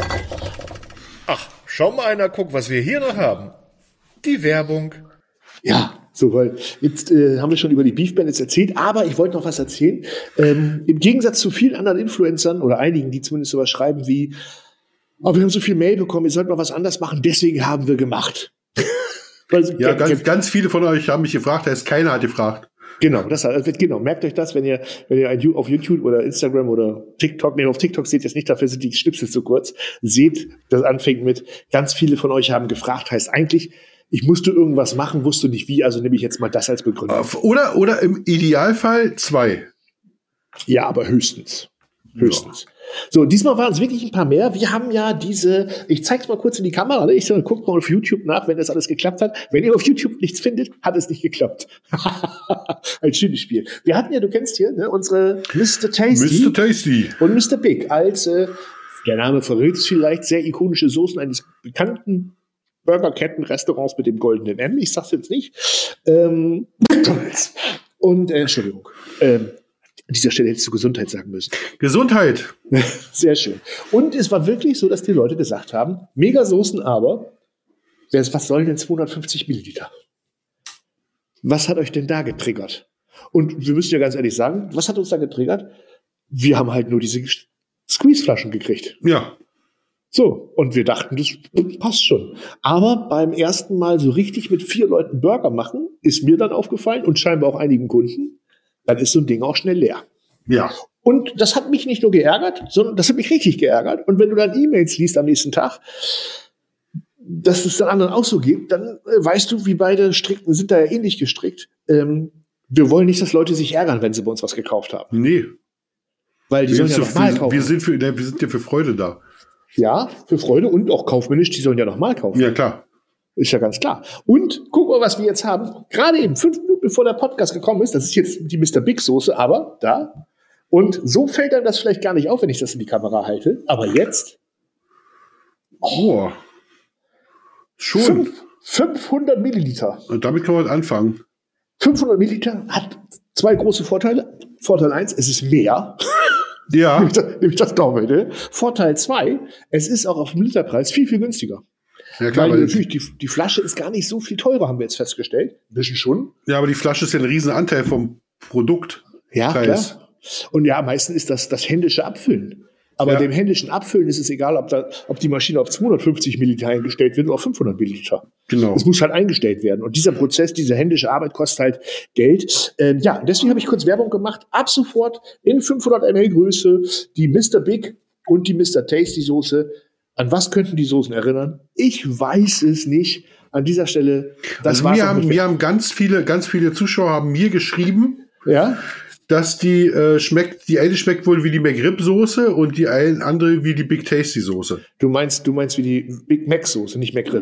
Ach, schau mal einer, guck, was wir hier noch haben. Die Werbung. Ja, so, weil jetzt äh, haben wir schon über die Beef Bandits erzählt, aber ich wollte noch was erzählen. Ähm, im Gegensatz zu vielen anderen Influencern oder einigen, die zumindest sowas schreiben wie, oh, wir haben so viel Mail bekommen, ihr sollt mal was anders machen, deswegen haben wir gemacht. Also, ja, ganz, ganz viele von euch haben mich gefragt, heißt keiner hat gefragt. Genau, das genau. Merkt euch das, wenn ihr, wenn ihr auf YouTube oder Instagram oder TikTok, nee, auf TikTok seht ihr es nicht, dafür sind die Schnipsel zu kurz. Seht, das anfängt mit, ganz viele von euch haben gefragt, heißt eigentlich, ich musste irgendwas machen, wusste nicht wie, also nehme ich jetzt mal das als Begründung. Oder, oder im Idealfall zwei. Ja, aber höchstens. Höchstens. Ja. So, diesmal waren es wirklich ein paar mehr. Wir haben ja diese, ich zeig's mal kurz in die Kamera, ne? Ich sage, guckt mal auf YouTube nach, wenn das alles geklappt hat. Wenn ihr auf YouTube nichts findet, hat es nicht geklappt. Ein schönes Spiel. Wir hatten ja, du kennst hier, ne, unsere Mister Tasty. Mister Tasty. Und Mister Big als, äh, der Name verrät es vielleicht, sehr ikonische Soßen eines bekannten Burgerketten-Restaurants mit dem goldenen M. Ich sag's jetzt nicht. Ähm, und, äh, Entschuldigung. Ähm, An dieser Stelle hättest du Gesundheit sagen müssen. Gesundheit. Sehr schön. Und es war wirklich so, dass die Leute gesagt haben, mega Soßen, aber was sollen denn zweihundertfünfzig Milliliter? Was hat euch denn da getriggert? Und wir müssen ja ganz ehrlich sagen, was hat uns da getriggert? Wir haben halt nur diese Squeeze-Flaschen gekriegt. Ja. So, und wir dachten, das passt schon. Aber beim ersten Mal so richtig mit vier Leuten Burger machen, ist mir dann aufgefallen und scheinbar auch einigen Kunden, dann ist so ein Ding auch schnell leer. Ja. Und das hat mich nicht nur geärgert, sondern das hat mich richtig geärgert. Und wenn du dann E-Mails liest am nächsten Tag, dass es dann anderen auch so geht, dann äh, weißt du, wie beide Strickten sind da ja ähnlich gestrickt. Ähm, wir wollen nicht, dass Leute sich ärgern, wenn sie bei uns was gekauft haben. Nee. Weil die wir sollen ja nochmal kaufen. Wir sind, für, wir sind ja für Freude da. Ja, für Freude und auch kaufmännisch, die sollen ja nochmal kaufen. Ja, klar. Ist ja ganz klar. Und guck mal, was wir jetzt haben. Gerade eben, fünf Minuten bevor der Podcast gekommen ist, das ist jetzt die Mister Big Soße, aber da. Und so fällt einem das vielleicht gar nicht auf, wenn ich das in die Kamera halte. Aber jetzt. Oh. Schon. Fünf, fünfhundert Milliliter. Und damit kann man anfangen. fünfhundert Milliliter hat zwei große Vorteile. Vorteil eins, es ist mehr. Ja. nämlich das, nämlich das Doppelte. Vorteil zwei, es ist auch auf dem Literpreis viel, viel günstiger. Ja, klar, weil natürlich, die, die Flasche ist gar nicht so viel teurer, haben wir jetzt festgestellt. Ein bisschen schon. Ja, aber die Flasche ist ja ein Riesenanteil vom Produkt. Ja, klar. Und ja, meistens ist das das händische Abfüllen. Aber ja. dem händischen Abfüllen ist es egal, ob, da, ob die Maschine auf zweihundertfünfzig Milliliter eingestellt wird oder auf fünfhundert Milliliter. Genau. Es muss halt eingestellt werden. Und dieser Prozess, diese händische Arbeit kostet halt Geld. Ähm, ja, deswegen habe ich kurz Werbung gemacht. Ab sofort in fünfhundert Milliliter Größe die Mister Big und die Mister Tasty Soße. An was könnten die Soßen erinnern? Ich weiß es nicht. An dieser Stelle, das also war's. Wir haben, wir haben ganz viele, ganz viele Zuschauer haben mir geschrieben, ja, dass die äh, schmeckt, die eine schmeckt wohl wie die McRib-Soße und die eine andere wie die Big Tasty Soße. Du meinst, du meinst wie die Big Mac Soße, nicht McRib.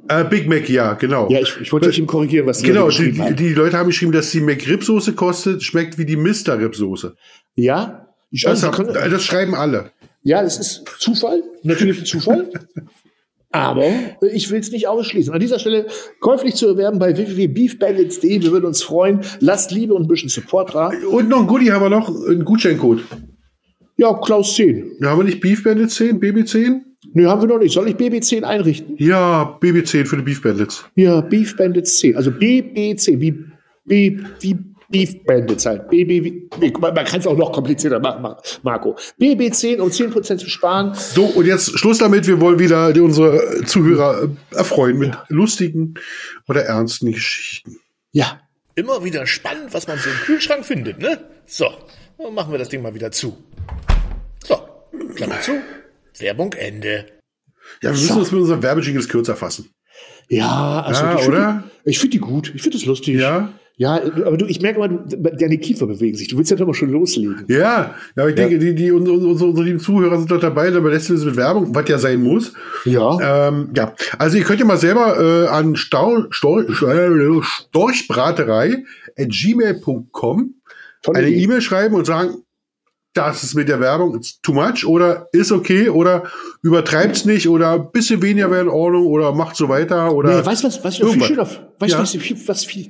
Äh, Big Mac, ja, genau. Ja, ich, ich wollte dich ihm korrigieren, was die Genau, Leute die, geschrieben die, haben. die Leute haben geschrieben, dass die McRib-Soße kostet, schmeckt wie die Mister-Rib-Soße. Ja? Ich, Das, also, hab, kann, das schreiben alle. ja, das ist Zufall, natürlich ein Zufall. Aber ich will es nicht ausschließen. An dieser Stelle käuflich zu erwerben bei w w w punkt beef bandits punkt de. Wir würden uns freuen. Lasst Liebe und ein bisschen Support da. Und noch ein Goodie haben wir noch, einen Gutscheincode. Ja, Klaus zehn. Da haben wir nicht Beef Bandits zehn, B B zehn? Nö, haben wir noch nicht. Soll ich B B zehn einrichten? Ja, B B zehn für die Beef Bandits. Ja, Beef Bandits zehn. Also B B zehn, wie, wie, wie Beef Bandits halt. B B, wie, nee, man kann es auch noch komplizierter machen, Marco. B B zehn, um zehn Prozent zu sparen. So, und jetzt Schluss damit. Wir wollen wieder die, unsere Zuhörer erfreuen mit ja. lustigen oder ernsten Geschichten. Ja. Immer wieder spannend, was man so im Kühlschrank findet, ne? So, dann machen wir das Ding mal wieder zu. So, Klammer zu. Werbung Ende. Ja, wir müssen uns mit unseren Werbejingles kürzer fassen. Ja, also ja, ich oder? Die, ich finde die gut. Ich finde das lustig. Ja. Ja, aber du, ich merke mal, du, deine Kiefer bewegen sich. Du willst ja doch mal schon loslegen. Ja, ja, aber ich ja. denke, die, die, unsere, unsere, unsere lieben Zuhörer sind doch dabei, dann lässt uns mit Werbung, was ja sein muss. Ja. Ähm, ja, also ihr könnt ja mal selber äh, an Stau, Stor, Storchbraterei at gmail punkt com eine E-Mail schreiben und sagen, das ist mit der Werbung, it's too much oder ist okay oder übertreibt's nicht oder ein bisschen weniger wäre in Ordnung oder macht so weiter oder. Nee, weißt du, was, was ich noch viel schöner, weißt ja. was, was viel,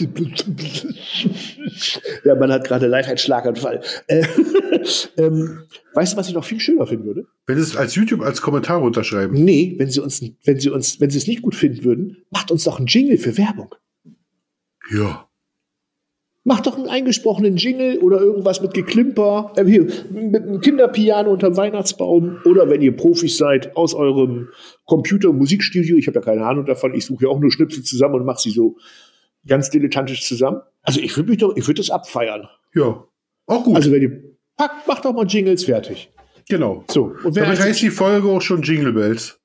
ja, man hat gerade live einen Schlaganfall. Äh, ähm, weißt du, was ich noch viel schöner finden würde? Wenn Sie es als YouTube als Kommentar runterschreiben. Nee, wenn Sie uns, wenn Sie uns, wenn Sie es nicht gut finden würden, macht uns doch einen Jingle für Werbung. Ja. Macht doch einen eingesprochenen Jingle oder irgendwas mit Geklimper, äh, hier, mit einem Kinderpiano unterm Weihnachtsbaum. Oder wenn ihr Profis seid, aus eurem Computer- und Musikstudio. Ich habe ja keine Ahnung davon. Ich suche ja auch nur Schnipsel zusammen und mache sie so ganz dilettantisch zusammen. Also ich würde mich doch, ich würde das abfeiern. Ja, auch gut. Also wenn ihr packt, macht doch mal Jingles fertig. Genau. So. Und wer damit heißt die Folge auch schon Jingle Bells.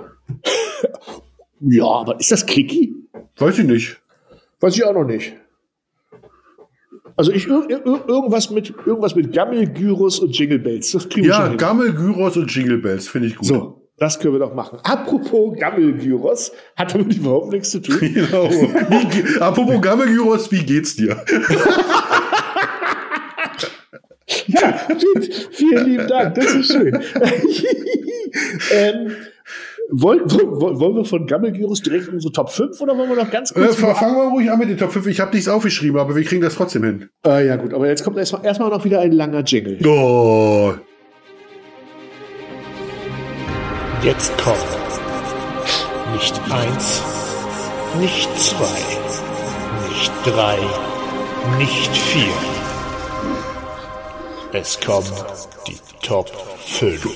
Ja, aber ist das clicky? Weiß ich nicht. Weiß ich auch noch nicht. Also ich ir ir irgendwas mit irgendwas mit Gammelgyros und Jingle Bells. Das kriegen wir ja, schon hin. Gammelgyros und Jingle Bells finde ich gut. So, das können wir doch machen. Apropos Gammelgyros, hat damit überhaupt nichts zu tun. Genau. Wie, apropos Gammelgyros, wie geht's dir? Ja, vielen lieben Dank, das ist schön. ähm, wollen, wollen, wollen wir von Gammelgyros direkt unsere Top fünf oder wollen wir noch ganz kurz... Äh, fangen wir ruhig an mit den Top fünf. Ich habe nichts aufgeschrieben, aber wir kriegen das trotzdem hin. Äh, ja gut, aber jetzt kommt erstmal erstmal noch wieder ein langer Jingle. Oh. Jetzt kommt nicht eins, nicht zwei, nicht drei, nicht vier. Es kommen die Top fünf.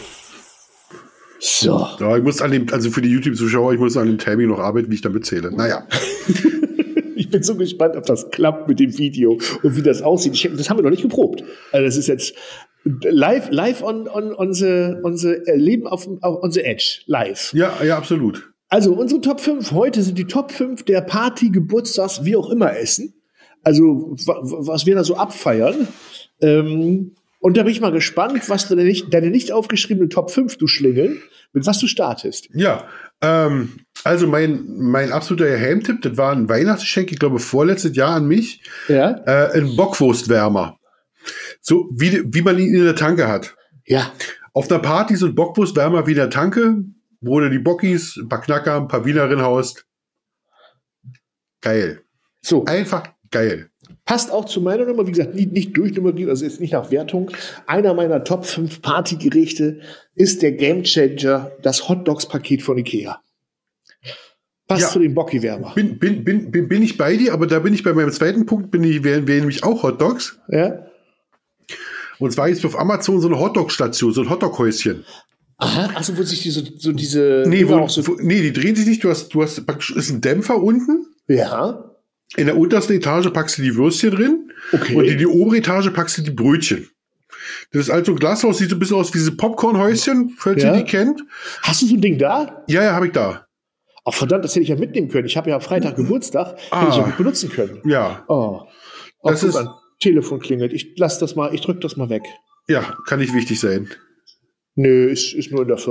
So. Ja, ich muss an dem, also für die YouTube-Zuschauer, ich muss an dem Timing noch arbeiten, wie ich damit zähle. Naja. Ich bin so gespannt, ob das klappt mit dem Video und wie das aussieht. Ich, das haben wir noch nicht geprobt. Also das ist jetzt live, live on, on, on the, on the Leben auf, on the Edge. Live. Ja, ja, absolut. Also unsere Top fünf heute sind die Top fünf der Party, Geburtstags, wie auch immer Essen. Also was wir da so abfeiern. Ähm, Und da bin ich mal gespannt, was du deine nicht, deine nicht aufgeschriebene Top fünf, du Schlingel, mit was du startest. Ja, ähm, also mein, mein absoluter Geheimtipp, das war ein Weihnachtsgeschenk, ich glaube vorletztes Jahr an mich, ja? äh, ein Bockwurstwärmer. So wie, wie man ihn in der Tanke hat. Ja. Auf einer Party so ein Bockwurstwärmer wie in der Tanke, wo du die Bockis, ein paar Knacker, ein paar Wiener reinhaust. Geil. So. Einfach geil. Passt auch zu meiner Nummer, wie gesagt, nicht, nicht durchnummeriert, also ist nicht nach Wertung. Einer meiner Top fünf Partygerichte ist der Gamechanger, das Hotdogs-Paket von Ikea. Passt ja. zu dem Bocki-Wärmer. Bin, bin, bin, bin, bin ich bei dir, aber da bin ich bei meinem zweiten Punkt, bin ich, wählen wir nämlich auch Hotdogs. Ja. Und zwar ist auf Amazon so eine Hotdog-Station, so ein Hotdog-Häuschen. Aha, also wo sich diese, so diese... Nee, wo, auch so wo, nee, die drehen sich nicht, du hast, du hast, ist ein Dämpfer unten. Ja. In der untersten Etage packst du die Würstchen drin. Okay. Und in die obere Etage packst du die Brötchen. Das ist also ein Glashaus, sieht so ein bisschen aus wie diese Popcornhäuschen, falls ja. ihr die kennt. Hast du so ein Ding da? Ja, ja, habe ich da. Ach verdammt, das hätte ich ja mitnehmen können. Ich habe ja Freitag Geburtstag, ah. hätte ich ja gut benutzen können. Ja. Oh. Oh, das ist an. Telefon klingelt. Ich lass das mal, ich drück das mal weg. Ja, kann nicht wichtig sein. Nö, ist, ist nur in der Firma.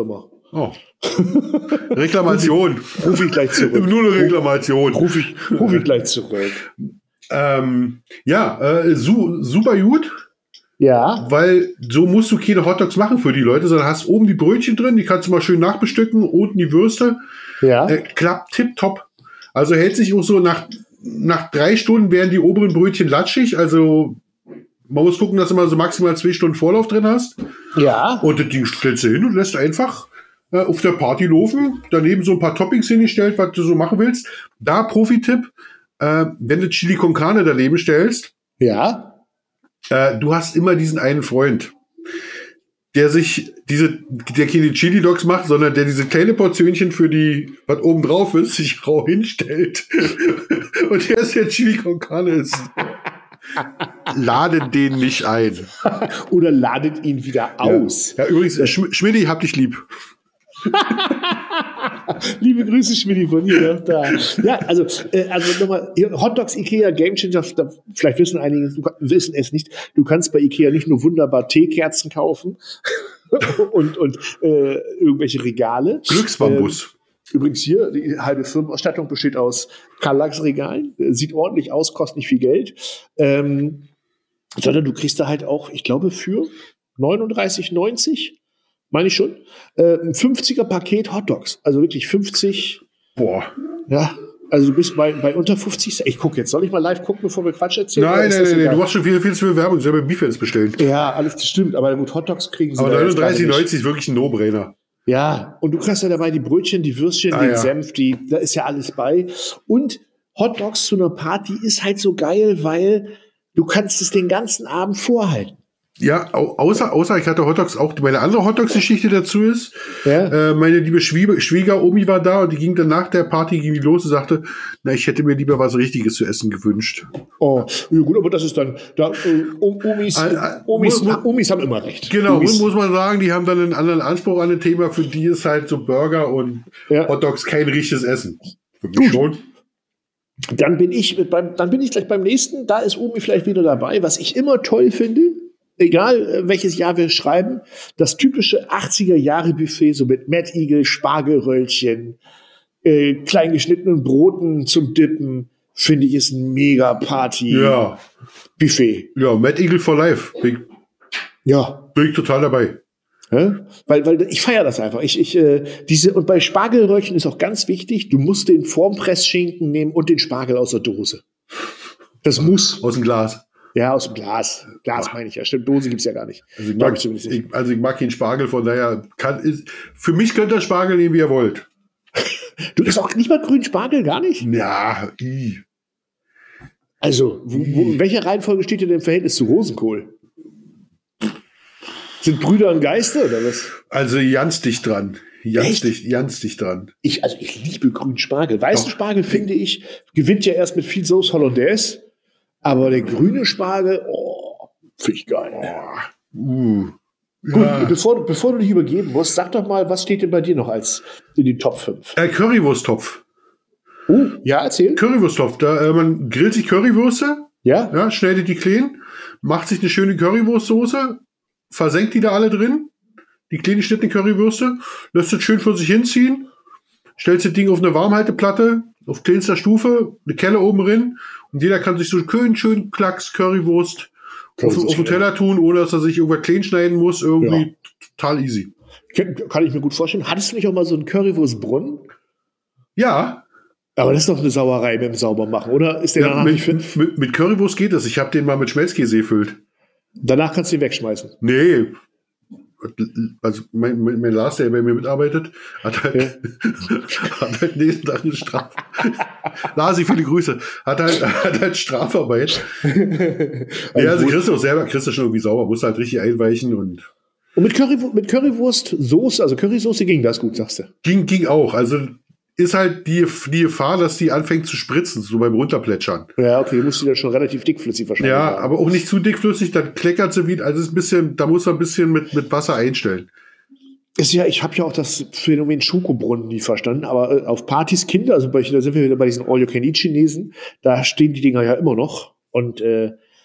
Oh. Reklamation. Ruf ich gleich zurück. Nur eine Reklamation. Ruf ich, ruf ich gleich zurück. Ähm, ja, äh, su super gut. Ja. Weil so musst du keine Hotdogs machen für die Leute, sondern hast oben die Brötchen drin, die kannst du mal schön nachbestücken, unten die Würste. Ja. Äh, klappt tipptopp. Also hält sich auch so nach, nach drei Stunden werden die oberen Brötchen latschig. Also man muss gucken, dass du mal so maximal zwei Stunden Vorlauf drin hast. Ja. Und das Ding stellst du hin und lässt einfach äh, auf der Party laufen. Daneben so ein paar Toppings hingestellt, was du so machen willst. Da Profi-Tipp, äh, wenn du Chili con Carne daneben stellst, Ja. äh, du hast immer diesen einen Freund, der sich diese, der keine Chili Dogs macht, sondern der diese kleine Portionchen für die, was oben drauf ist, sich rau hinstellt. Und der ist der Chili con Carne ist. Ladet den nicht ein. Oder ladet ihn wieder aus. Ja, ja übrigens, äh, Sch Schmidti, hab dich lieb. Liebe Grüße, Schmidti, von dir noch da. Ja, also, äh, also nochmal, Hotdogs, Ikea, Game Changer, vielleicht wissen einige, du, wissen es nicht, du kannst bei Ikea nicht nur wunderbar Teekerzen kaufen und, und äh, irgendwelche Regale. Glücksbambus. Ähm, Übrigens hier, die halbe Firmenausstattung besteht aus Kallax-Regalen, sieht ordentlich aus, kostet nicht viel Geld, ähm, sondern du kriegst da halt auch, ich glaube, für neununddreißig neunzig, meine ich schon, äh, ein fünfziger Paket Hotdogs, also wirklich fünfzig. Boah. Ja, also du bist bei, bei unter fünfzig. Ich gucke jetzt, soll ich mal live gucken, bevor wir Quatsch erzählen? Nein, nein, nein, nein, du machst schon viel, viel zu viel Werbung, ich habe Beef jetzt bestellt. Ja, alles das stimmt, aber gut, Hotdogs kriegen sie. Aber neununddreißig neunzig ist wirklich ein No-Brainer. Ja, und du kriegst ja dabei die Brötchen, die Würstchen, ah, den ja. Senf, die, da ist ja alles bei. Und Hotdogs zu einer Party ist halt so geil, weil du kannst es den ganzen Abend vorhalten. Ja, au außer, außer ich hatte Hotdogs auch, meine andere Hotdogs-Geschichte dazu ist, Ja. äh, meine liebe Schwie Schwieger-Omi war da und die ging dann nach der Party ging die los und sagte, na, ich hätte mir lieber was Richtiges zu essen gewünscht. Oh, ja gut, aber das ist dann, da, äh, Omis, Äh, äh, Omis, muss- Omis haben immer recht. Genau, Omis, muss man sagen, die haben dann einen anderen Anspruch an ein Thema, für die ist halt so Burger und Ja. Hotdogs kein richtiges Essen. Für mich Gut. schon. Dann bin ich mit beim, dann bin ich gleich beim nächsten. Da ist Omi vielleicht wieder dabei. Was ich immer toll finde, egal äh, welches Jahr wir schreiben, das typische achtziger-Jahre-Buffet, so mit Mad Eagle, Spargelröllchen, äh, klein geschnittenen Broten zum Dippen, finde ich, ist ein mega Party-Buffet. Ja, ja, Mad Eagle for Life. Bin, Ja. bin ich total dabei. Ja? Weil, weil ich feiere das einfach. Ich, ich, äh, diese, und bei Spargelröllchen ist auch ganz wichtig, du musst den Formpressschinken nehmen und den Spargel aus der Dose. Das muss. Aus dem Glas. Ja, aus dem Glas. Glas meine ich ja. Stimmt, Dose gibt's ja gar nicht. Also ich, Glaub mag, ich zumindest nicht. ich, also ich mag keinen Spargel, von daher kann, ist, für mich könnt ihr Spargel nehmen, wie ihr wollt. Du isst auch nicht mal grünen Spargel, gar nicht? Ja, i. Also, wo, wo, in welcher Reihenfolge steht denn im Verhältnis zu Rosenkohl? Sind Brüder und Geister oder was? Also ganz dicht dran. Ganz Echt? dicht, ganz dicht dran. Ich, also ich liebe grünen Spargel. Weißen Doch. Spargel, finde ich, gewinnt ja erst mit viel Sauce Hollandaise. Aber der grüne Spargel, oh, finde ich geil. Uh. Gut, Ja. bevor, du- bevor du dich übergeben musst, sag doch mal, was steht denn bei dir noch als in die Top fünf? Äh, Currywursttopf. Uh, ja, erzähl. Currywursttopf. Da, äh, man grillt sich Currywürste, Ja? ja, schneidet die klein, macht sich eine schöne Currywurstsoße, versenkt die da alle drin, die kleinen geschnittenen Currywürste, lässt es schön vor sich hinziehen, stellt das Ding auf eine Warmhalteplatte, auf kleinster Stufe, eine Kelle oben drin und jeder kann sich so schön, schön Klacks Currywurst auf, auf den Teller tun, ohne dass er sich irgendwas klein schneiden muss, irgendwie total easy. Kann, kann ich mir gut vorstellen. Hattest du nicht auch mal so einen Currywurstbrunnen? Ja, Aber das ist doch eine Sauerei mit dem Saubermachen, oder? Ist der ja danach nicht fit? mit, mit, mit Currywurst geht das. Ich habe den mal mit Schmelzkäse gefüllt. Danach kannst du ihn wegschmeißen. Nee. Also mein, mein, mein Lars, der bei mir mitarbeitet, hat halt, Ja. hat halt nächsten Tag eine Straf. Lasi, viele Grüße. Hat halt, hat halt Strafarbeit. Ja, also kriegst du auch selber, kriegst du schon irgendwie sauber, musst halt richtig einweichen und Und mit, Curry, mit Currywurst, Soße, also Currysoße ging das gut, sagst du. ging, ging auch. Also ist halt die, die Gefahr, dass die anfängt zu spritzen, so beim Runterplätschern. Ja, okay, du musst die dann schon relativ dickflüssig wahrscheinlich Ja, haben. aber auch nicht zu dickflüssig, dann kleckert sie wieder. Also ist ein bisschen, da muss man ein bisschen mit, mit Wasser einstellen. Ist ja, ich habe ja auch das Phänomen Schokobrunnen nie verstanden, aber äh, auf Partys Kinder, also bei, da sind wir wieder bei diesen All-You-Can-Eat-Chinesen, da stehen die Dinger ja immer noch. Und äh,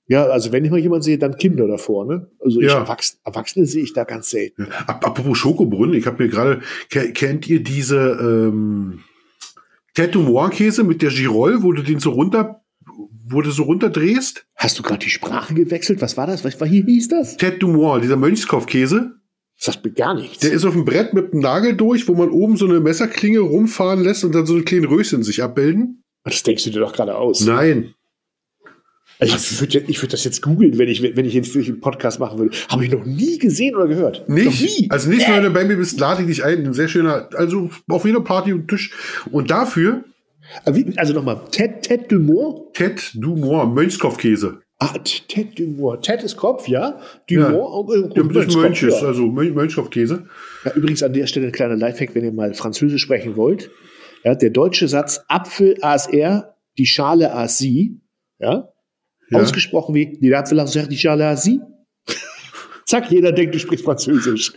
Ja, also wenn ich mal jemanden sehe, dann Kinder davor, ne? Also ich Ja. Erwachsene, Erwachsene sehe ich da ganz selten. Ja. Ap- Apropos Schokobrunnen, ich habe mir gerade, ke- kennt ihr diese ähm, Tête du Moine Käse mit der Girol, wo du den so runter, wo du so runterdrehst? Hast du gerade die Sprache gewechselt? Was war das? Was war hier hieß das? Tête du Moine, dieser Mönchskopfkäse. Das sagt mir gar nichts. Der ist auf dem Brett mit einem Nagel durch, wo man oben so eine Messerklinge rumfahren lässt und dann so eine kleine Röschen sich abbilden. Das denkst du dir doch gerade aus. Nein. Also ich würde ich würd das jetzt googeln, wenn ich, wenn ich jetzt durch einen Podcast machen würde. Habe ich noch nie gesehen oder gehört. Noch Nicht? nie. Also nächstes Mal, wenn du bei mir bist, lade ich dich ein. Ein sehr schöner, also auf jeder Party und Tisch. Und dafür Also nochmal, Tête, Tête du Moine? Tête du Moine, Mönchskopfkäse. Ah, Tête du Moine. Tête ist Kopf, ja. Du Ja. Moine, Der ein bisschen Mönch ist, ja. also Mön- Mönchskopfkäse. Ja, übrigens an der Stelle ein kleiner Lifehack, wenn ihr mal Französisch sprechen wollt. Ja, der deutsche Satz Apfel as er, die Schale as sie, ja, Ja. ausgesprochen wie die Apfel as er, die Schale as sie. Zack, jeder denkt, du sprichst Französisch.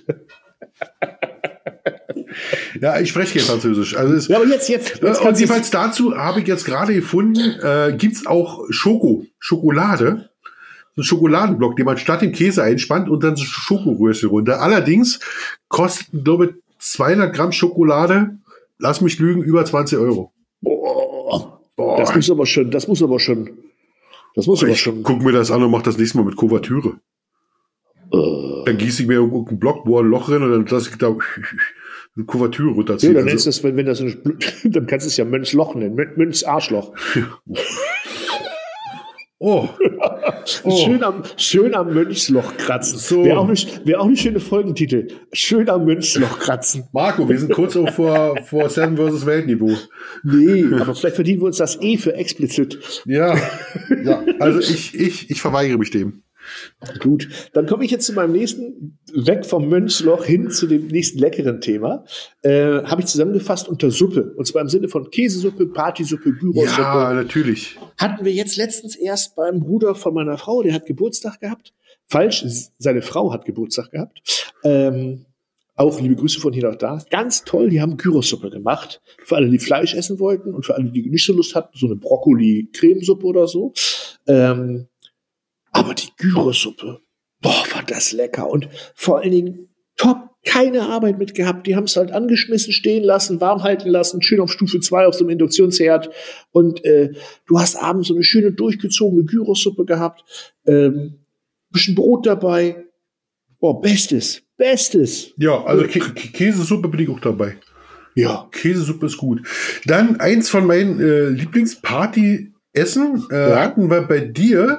Ja, ich spreche kein Französisch. Also es, Ja, aber jetzt, jetzt, jetzt äh, und kannst du jedenfalls dazu habe ich jetzt gerade gefunden, äh, gibt's auch Schoko, Schokolade. So einen Schokoladenblock, den man statt dem Käse einspannt und dann so Schokoröschen runter. Allerdings kosten, glaube ich, zweihundert Gramm Schokolade, lass mich lügen, über zwanzig Euro. Boah, Boah. das muss aber schon, das muss aber schon, das muss aber Ich schon. guck mir das an und mach das nächste Mal mit Kuvertüre. Äh, Dann gieße ich mir irgendeinen Block, bohr ein Loch rein und dann lasse ich da eine Kuvertüre ja, runterziehen. dann nennst Also, du das, wenn, wenn das so eine, Bl- dann kannst du es ja Mönchsloch nennen, Mön- Mönchs Arschloch. oh, oh. Schön am, schön am Mönchsloch kratzen. So. Wäre auch, eine- wär auch eine schöne Folgentitel. Schön am Mönchsloch kratzen. Marco, wir sind kurz auch vor, vor Seven versus Weltniveau. Nee, aber vielleicht verdienen wir uns das eh für explizit. Ja, ja. Also ich, ich, ich verweigere mich dem. Gut, dann komme ich jetzt zu meinem nächsten, weg vom Mönchsloch hin zu dem nächsten leckeren Thema. Äh, Habe ich zusammengefasst unter Suppe. Und zwar im Sinne von Käsesuppe, Partysuppe, Gyrosuppe. Ja, natürlich. Hatten wir jetzt letztens erst beim Bruder von meiner Frau, der hat Geburtstag gehabt. Falsch, seine Frau hat Geburtstag gehabt. Ähm, auch liebe Grüße von hier nach da. Ganz toll, die haben Gyrosuppe gemacht. Für alle, die Fleisch essen wollten und für alle, die nicht so Lust hatten, so eine Brokkoli-Cremesuppe oder so. Ähm, aber die Gyrosuppe, boah, war das lecker. Und vor allen Dingen top, keine Arbeit mit gehabt. Die haben es halt angeschmissen, stehen lassen, warm halten lassen, schön auf Stufe zwei auf so einem Induktionsherd. Und äh, du hast abends so eine schöne durchgezogene Gyrosuppe gehabt. Ähm, bisschen Brot dabei. Boah, bestes, bestes. Ja, also Kä Kä- Käsesuppe bin ich auch dabei. Ja. Käsesuppe ist gut. Dann eins von meinen äh, Lieblingsparty-Essen äh, Ja. hatten wir bei dir,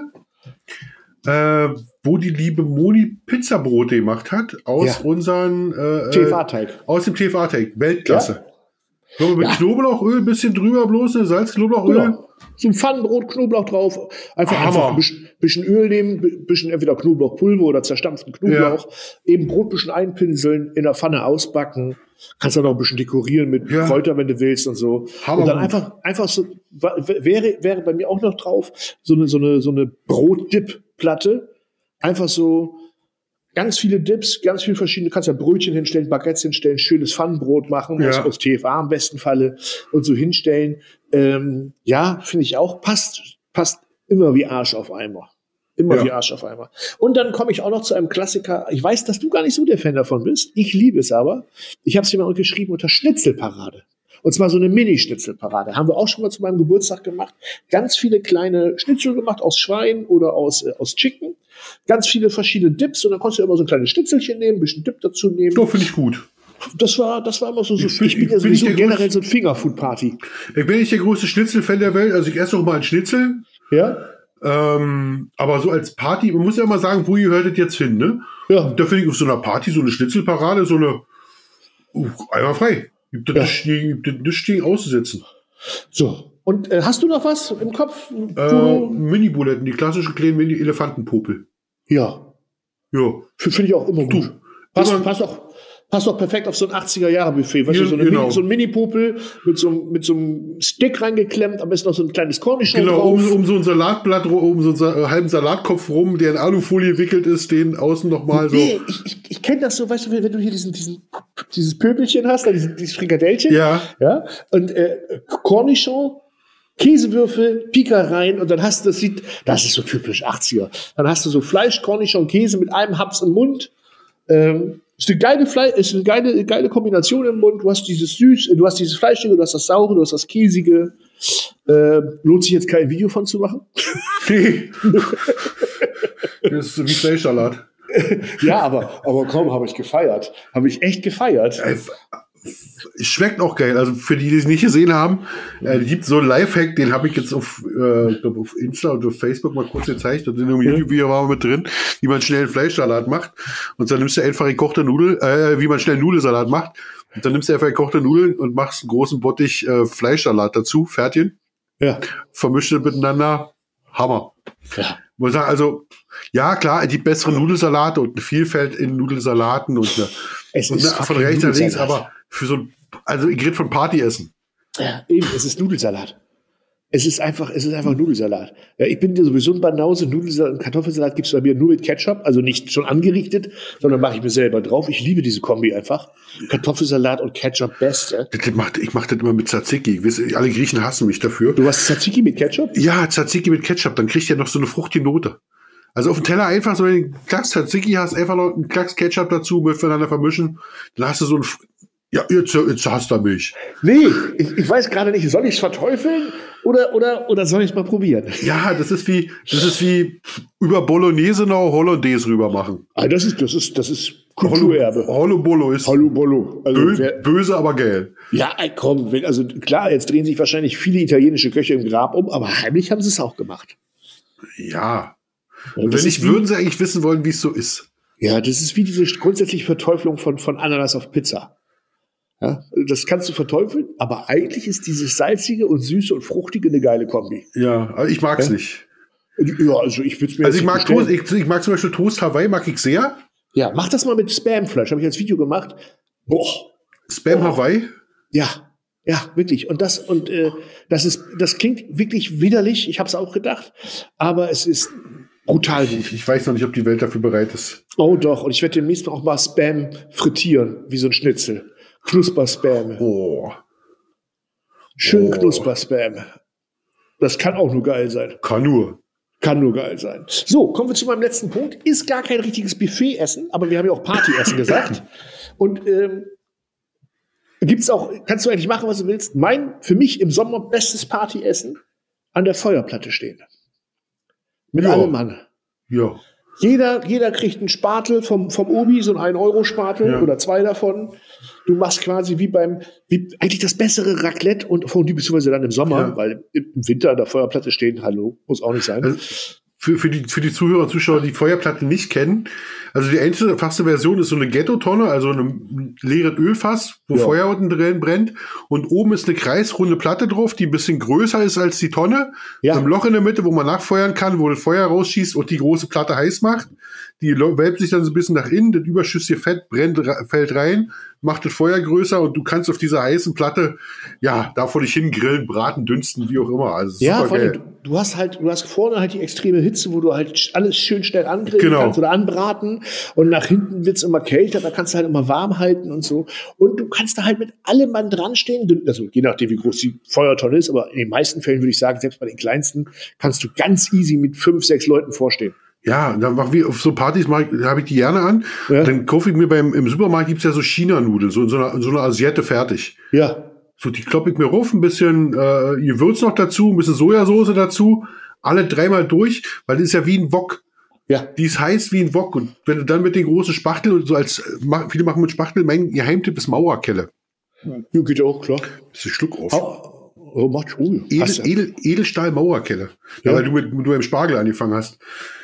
äh, wo die liebe Moni Pizzabrote gemacht hat aus Ja. unseren äh, T V A-Teig. aus dem T V A-Teig. Weltklasse. So, mit Ja. Knoblauchöl, ein bisschen drüber bloß, ne? Salz, Knoblauchöl. Genau. So ein Pfannenbrot, Knoblauch drauf. Einfach, Hammer. einfach ein bisschen, bisschen Öl nehmen, ein bisschen entweder Knoblauchpulver oder zerstampften Knoblauch. Eben Brot ein bisschen einpinseln, in der Pfanne ausbacken. Kannst dann noch ein bisschen dekorieren mit Ja. Kräuter, wenn du willst und so. Hammer Und dann gut. einfach, einfach so, wa- wäre, wäre bei mir auch noch drauf, so eine, so eine, so eine Brot-Dip-Platte. Einfach so ganz viele Dips, ganz viele verschiedene, kannst ja Brötchen hinstellen, Baguettes hinstellen, schönes Pfannenbrot machen, Ja. aus, aus T F A im besten Falle und so hinstellen. Ähm, ja, finde ich auch, passt, passt immer wie Arsch auf Eimer. Immer Ja. wie Arsch auf Eimer. Und dann komme ich auch noch zu einem Klassiker. Ich weiß, dass du gar nicht so der Fan davon bist. Ich liebe es aber. Ich habe es dir mal geschrieben unter Schnitzelparade. Und zwar so eine Mini-Schnitzelparade. Haben wir auch schon mal zu meinem Geburtstag gemacht. Ganz viele kleine Schnitzel gemacht aus Schwein oder aus, äh, aus Chicken. Ganz viele verschiedene Dips. Und dann konntest du immer so ein kleines Schnitzelchen nehmen, ein bisschen Dip dazu nehmen. So, finde ich gut. Das war, das war immer so, so Ich bin- ich bin ja ich bin sowieso nicht der generell so ein Fingerfood-Party. Ich bin nicht der größte Schnitzel-Fan der Welt, also ich esse auch mal einen Schnitzel. Ja? Ähm, aber so als Party, man muss ja mal sagen, wo ihr hört es jetzt hin, ne? Ja. Da finde ich auf so einer Party, so eine Schnitzelparade, so eine, uh, einmal frei. Gibt das Ja. nicht gegen- gibt das nicht gegen auszusetzen. So. Und äh, hast du noch was im Kopf? Äh, Wo- Mini-Buletten, die klassischen kleinen Mini-Elefantenpopel. ja. Ja. Finde ich auch immer Du, gut. Passt, immer- passt, auch, passt auch perfekt auf so ein achtziger-Jahre-Buffet. Weißt Ja, du, so, eine genau. Mini, so ein Mini-Popel mit so, einem- mit so einem Stick reingeklemmt, am besten noch so ein kleines Cornichon Genau, drauf. um, um so ein Salatblatt, rum, um so einen Sa- äh, halben Salatkopf rum, der in Alufolie gewickelt ist, den außen nochmal so. Nee, ich, ich, ich kenne das so, weißt du, wenn wenn du hier diesen, diesen, dieses Pöbelchen hast, dann dieses, dieses Frikadellchen. Ja. Ja. Und äh, Cornichon Käsewürfel, Pika rein und dann hast du, das sieht, das ist so typisch achtziger. Dann hast du so Fleisch, Cornichon, Käse mit einem Haps im Mund. Ähm, ist eine geile Fleisch, ist eine geile, geile Kombination im Mund. Du hast dieses süß, du hast dieses Fleischige, du hast das saure, du hast das käsige. Äh, lohnt sich jetzt kein Video von zu machen? Nee. Das ist wie Fleischsalat. Ja, aber, aber komm, habe ich gefeiert. Habe ich echt gefeiert. Es schmeckt auch geil. Also für die, die es nicht gesehen haben, äh, gibt so einen Lifehack, den habe ich jetzt auf, äh, ich glaub, auf Insta und auf Facebook mal kurz gezeigt. Und in einem YouTube-Video war mit drin, wie man schnell einen Fleischsalat macht. Und dann nimmst du einfach gekochte Nudeln, äh, wie man schnell einen Nudelsalat macht. Und dann nimmst du einfach gekochte Nudeln und machst einen großen Bottich äh, Fleischsalat dazu, fertig. Ja. Vermischt es miteinander. Hammer. Ja. Muss sagen, also, ja, klar, die besseren Nudelsalate und eine Vielfalt in Nudelsalaten und eine, Es und ist eine von rechts nach links, Nudelsalat. aber für so ein, also ich rede von Partyessen. Ja, eben, es ist Nudelsalat. Es ist einfach, es ist einfach Nudelsalat. Ja, ich bin dir sowieso ein Banause. Nudelsalat und Kartoffelsalat gibt's bei mir nur mit Ketchup, also nicht schon angerichtet, sondern mache ich mir selber drauf. Ich liebe diese Kombi einfach. Kartoffelsalat und Ketchup, beste. Das macht, ich mache das immer mit Tzatziki. Ich weiß, alle Griechen hassen mich dafür. Du hast Tzatziki mit Ketchup? Ja, Tzatziki mit Ketchup, dann kriegt ihr noch so eine fruchtige Note. Also auf dem Teller einfach so einen Klacks Tzatziki hast, einfach noch einen Klacks Ketchup dazu, miteinander vermischen. Dann hast du so ein, ja, jetzt, jetzt hast du Milch. Nee, ich, ich weiß gerade nicht, soll ich es verteufeln oder, oder, oder soll ich es mal probieren? Ja, das ist wie, das ist wie über Bolognese noch Hollandaise rüber machen. Ah, das ist, das ist, das ist Kulturerbe. Hollo Bolo ist Hallo Bollo. Also, bö wer, böse, aber geil. ja, komm, wenn, also klar, jetzt drehen sich wahrscheinlich viele italienische Köche im Grab um, aber heimlich haben sie es auch gemacht. Ja. Und Und das wenn ist nicht, wie- würden sie eigentlich wissen wollen, wie es so ist. Ja, das ist wie diese grundsätzliche Verteuflung von, von Ananas auf Pizza. Ja, das kannst du verteufeln, aber eigentlich ist dieses salzige und süße und fruchtige eine geile Kombi. Ja, aber ich mag's Ja? nicht. Ja, also ich würde es mir Also jetzt ich mag nicht bestellen. Toast, ich, ich mag zum Beispiel Toast Hawaii, mag ich sehr. Ja, mach das mal mit Spamfleisch. Habe ich als Video gemacht. Boah. Spam Oh. Hawaii. Ja, ja, wirklich. Und das und äh, das ist, das klingt wirklich widerlich. Ich habe es auch gedacht, aber es ist brutal gut. Ich, ich weiß noch nicht, ob die Welt dafür bereit ist. Oh doch. Und ich werde demnächst auch mal Spam frittieren, wie so ein Schnitzel. Knusper-Spam. Oh, Schön Oh. Knusper-Spam. Das kann auch nur geil sein. kann nur. Kann nur geil sein. So, kommen wir zu meinem letzten Punkt. Ist gar kein richtiges Buffet-Essen, aber wir haben ja auch Partyessen gesagt. Und ähm, gibt's auch, kannst du eigentlich machen, was du willst. Mein, für mich im Sommer bestes Partyessen, an der Feuerplatte stehen. Mit Ja. allem Mann. Ja. Jeder, jeder kriegt einen Spatel vom, vom Obi, so einen ein Euro Spatel Ja. oder zwei davon. Du machst quasi wie beim, wie eigentlich das bessere Raclette und Fondue, beziehungsweise dann im Sommer, Ja. weil im Winter an der Feuerplatte stehen, hallo, muss auch nicht sein. Also für, für, die, für die Zuhörer und Zuschauer, die Feuerplatte nicht kennen, also die einfachste Version ist so eine Ghetto-Tonne, also ein leeres Ölfass, wo Ja. Feuer unten drin brennt. Und oben ist eine kreisrunde Platte drauf, die ein bisschen größer ist als die Tonne. Ja. Ein Loch in der Mitte, wo man nachfeuern kann, wo das Feuer rausschießt und die große Platte heiß macht. Die lo- wölbt sich dann so ein bisschen nach innen, das überschüssige Fett brennt, ra- fällt rein, macht das Feuer größer und du kannst auf dieser heißen Platte, ja, da vor dich hin grillen, braten, dünsten, wie auch immer. Also Ja, super vor allem, geil. du, du hast halt, du hast vorne halt die extreme Hitze, wo du halt sch- alles schön schnell angrillen Genau. kannst oder anbraten. Und nach hinten wird's immer kälter, da kannst du halt immer warm halten und so. Und du kannst da halt mit allem Mann dran stehen. Du- Also je nachdem, wie groß die Feuertonne ist, aber in den meisten Fällen würde ich sagen, selbst bei den kleinsten, kannst du ganz easy mit fünf, sechs Leuten vorstehen. Ja, dann machen wir auf so Partys, mach ich- habe ich die gerne an. Ja. Dann kaufe ich mir beim, im Supermarkt gibt's ja so China-Nudeln, so, so, eine, so eine Asiate fertig. Ja. So, die kloppe ich mir rauf, ein bisschen äh, Gewürz noch dazu, ein bisschen Sojasauce dazu, alle dreimal durch, weil das ist ja wie ein Wok. Ja. Die ist heiß wie ein Wok. Und wenn du dann mit den großen Spachtel und so als, äh, mach- viele machen mit Spachtel, mein Geheimtipp ist Mauerkelle. Ja, geht ja auch, klar. Das ist Schluck auf. Oh, oh, macht oh, hast Edel, du. Edel, Edelstahl-Mauerkelle. Ja. Ja. Weil du mit, du beim Spargel angefangen hast.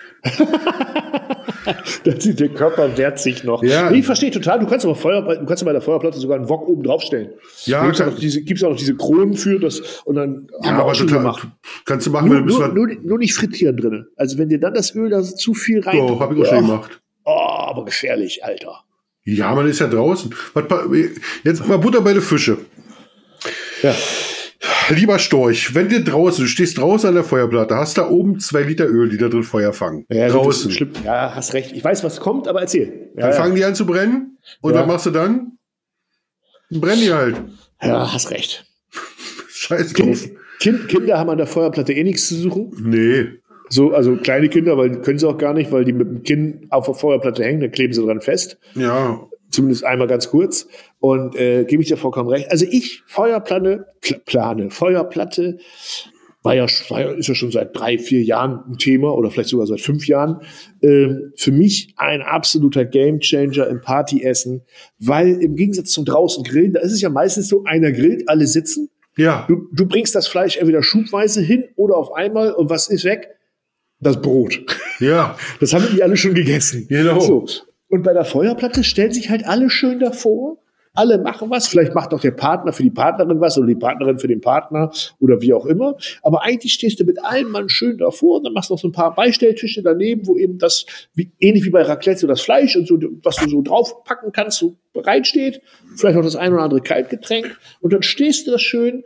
Das sieht, der Körper wehrt sich noch. Ja. Nee, ich verstehe total. Du kannst aber Feuer, du kannst bei der Feuerplatte sogar einen Wok oben draufstellen. Ja, Da gibt's kann- auch noch diese, gibt's auch noch diese Kronen für das und dann haben wir auch schon total- gemacht. Kannst du machen, Nur, wenn du nur, bist. nur, nur nicht frittieren drin. Also wenn dir dann das Öl da zu viel rein. Oh, hab ich auch schon gemacht. Oh, aber gefährlich, Alter. Ja, man ist ja draußen. Was pa- Jetzt mal Butter bei den Fische. Ja. Lieber Storch, wenn dir draußen, du stehst draußen an der Feuerplatte, hast da oben zwei Liter Öl, die da drin Feuer fangen. Ja, gut, das draußen. ist schlimm. Ja, hast recht. Ich weiß, was kommt, aber erzähl. Ja, Dann ja. fangen die an zu brennen. Und Ja. was machst du dann? Dann brennen die halt. ja, hast recht. Scheiß drauf. Kind, Kinder haben an der Feuerplatte eh nichts zu suchen. Nee. So, also kleine Kinder, weil die können sie auch gar nicht, weil die mit dem Kinn auf der Feuerplatte hängen, dann kleben sie dran fest. Ja. Zumindest einmal ganz kurz. Und äh, gebe ich dir vollkommen recht. Also ich, Feuerplane, pl- plane, Feuerplatte, war ja, war ja, ist ja schon seit drei, vier Jahren ein Thema oder vielleicht sogar seit fünf Jahren. Ähm, für mich ein absoluter Gamechanger im Partyessen, weil im Gegensatz zum draußen Grillen, da ist es ja meistens so, einer grillt, alle sitzen. Ja. Du, du bringst das Fleisch entweder schubweise hin oder auf einmal und was ist weg? Das Brot. Ja. Das haben die alle schon gegessen. Genau. So. Und bei der Feuerplatte stellen sich halt alle schön davor. Alle machen was. Vielleicht macht auch der Partner für die Partnerin was oder die Partnerin für den Partner oder wie auch immer. Aber eigentlich stehst du mit allen Mann schön davor und dann machst du noch so ein paar Beistelltische daneben, wo eben das, wie, ähnlich wie bei Raclette, so das Fleisch und so, was du so draufpacken kannst, so bereitsteht. Vielleicht noch das ein oder andere Kaltgetränk. Und dann stehst du das schön.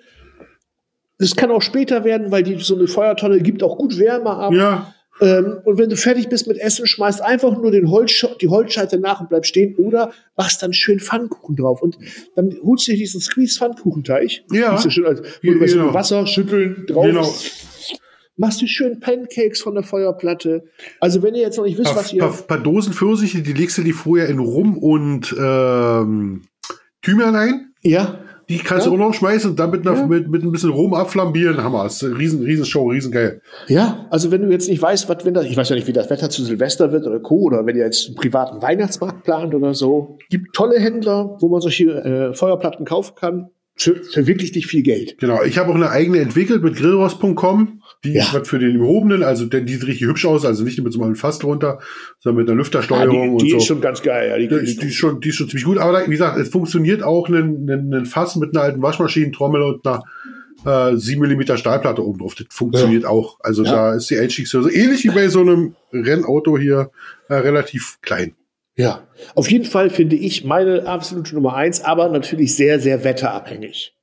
Das kann auch später werden, weil die so eine Feuertonne gibt auch gut Wärme ab. Ja. Ähm, und wenn du fertig bist mit Essen, schmeißt einfach nur den Holz, die Holzscheite nach und bleib stehen oder machst dann schön Pfannkuchen drauf. Und dann holst du dir diesen Squeeze-Pfannkuchenteig. Ja. Ja schön, also, wo du Genau. mit Wasser schütteln drauf. Genau. Machst du schön Pancakes von der Feuerplatte. Also wenn ihr jetzt noch nicht wisst, Paar, was ihr... paar, paar Dosen Pfirsiche, die legst du die vorher in Rum und ähm, Thymian ein. Ja. Die kannst Ja. du auch noch schmeißen und dann mit, einer, Ja. mit, mit ein bisschen Rum abflambieren. Hammer. Das ist eine riesen, riesen Show, riesen geil. Ja, also wenn du jetzt nicht weißt, was, wenn das, ich weiß ja nicht, wie das Wetter zu Silvester wird oder Co. oder wenn ihr jetzt einen privaten Weihnachtsmarkt plant oder so, gibt tolle Händler, wo man solche äh, Feuerplatten kaufen kann, für, für wirklich nicht viel Geld. Genau. Ich habe auch eine eigene entwickelt mit grillrost punkt com. Die Ja. ist was für den Gehobenen, also denn die sieht richtig hübsch aus, also nicht mit so einem Fass drunter, sondern mit einer Ja, Lüftersteuerung die die und ist so. schon ganz geil. Ja, die, Die, ist- die, ist schon, die ist schon ziemlich gut, aber da, wie gesagt, es funktioniert auch ein, ein, ein Fass mit einer alten Waschmaschinentrommel und einer äh, sieben Millimeter Stahlplatte oben drauf. Das funktioniert Ja. auch. Also Ja. da ist die Einstiegsgröße ähnlich wie bei so einem Rennauto hier äh, relativ klein. ja, auf jeden Fall finde ich meine absolute Nummer eins, aber natürlich sehr, sehr wetterabhängig.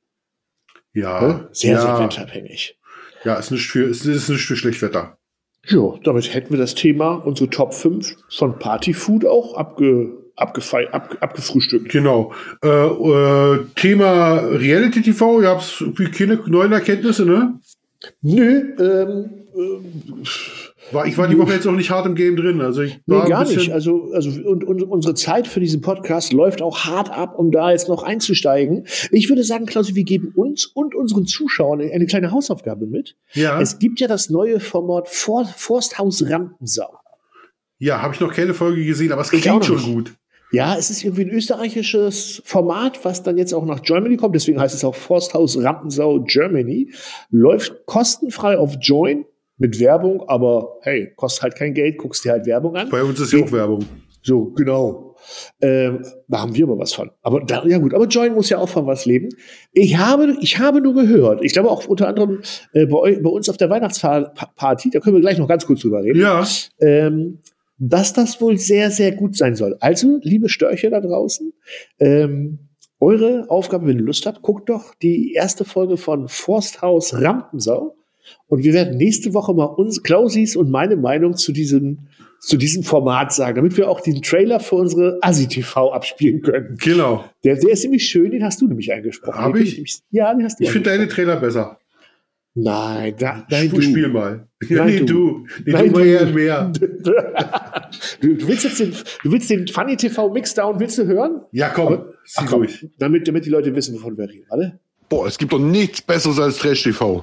Ja, Ne? Sehr, ja, sehr wetterabhängig. ja, ist nicht für, ist, ist nicht für Schlechtwetter. Ja, damit hätten wir das Thema, unsere Top fünf von Partyfood auch abge, abgefei, ab, abgefrühstückt. Genau. Äh, äh, Thema Reality T V, ihr habt keine neuen Erkenntnisse, ne? Nö, ähm, ähm, War, ich war die Woche jetzt noch nicht hart im Game drin. Also ich nee, war ein gar bisschen, nicht. Also, also und, und unsere Zeit für diesen Podcast läuft auch hart ab, um da jetzt noch einzusteigen. Ich würde sagen, Klaus, wir geben uns und unseren Zuschauern eine kleine Hausaufgabe mit. Ja, Es gibt ja das neue Format For Forsthaus Rampensau. ja, habe ich noch keine Folge gesehen, aber es Ich auch klingt noch schon nicht. gut. Ja, es ist irgendwie ein österreichisches Format, was dann jetzt auch nach Germany kommt. Deswegen heißt es auch Forsthaus Rampensau Germany. Läuft kostenfrei auf Join mit Werbung, aber hey, kostet halt kein Geld, guckst dir halt Werbung an. Bei uns ist ja auch Werbung. So, genau. Ähm, da haben wir aber was von. Aber da, ja gut, aber Join muss ja auch von was leben. Ich habe, ich habe nur gehört, ich glaube auch unter anderem äh, bei, euch, bei uns auf der Weihnachtsparty, da können wir gleich noch ganz kurz drüber reden, Ja, ähm, dass das wohl sehr, sehr gut sein soll. Also, liebe Störche da draußen, ähm, eure Aufgabe, wenn ihr Lust habt, guckt doch die erste Folge von Forsthaus Rampensau. Und wir werden nächste Woche mal uns, Klausis und meine Meinung zu diesem, zu diesem Format sagen, damit wir auch diesen Trailer für unsere Asi-T V abspielen können. genau. Der, der ist nämlich schön, den hast du nämlich eingesprochen. Hab Den ich? find nämlich- Ja, den hast du Ich finde deine eingesprochen. Trailer besser. Nein, da, nein, Spiel, du. spiel mal. Nein, nee, du. du. Nee, Nein, du du. mehr, mehr. du, du willst jetzt den, du willst den Funny T V Mixdown, willst du hören? Ja, komm, Aber- zieh Ach, komm, durch. damit, damit die Leute wissen, wovon wir reden. Warte. Boah, es gibt doch nichts Besseres als Trash-T V.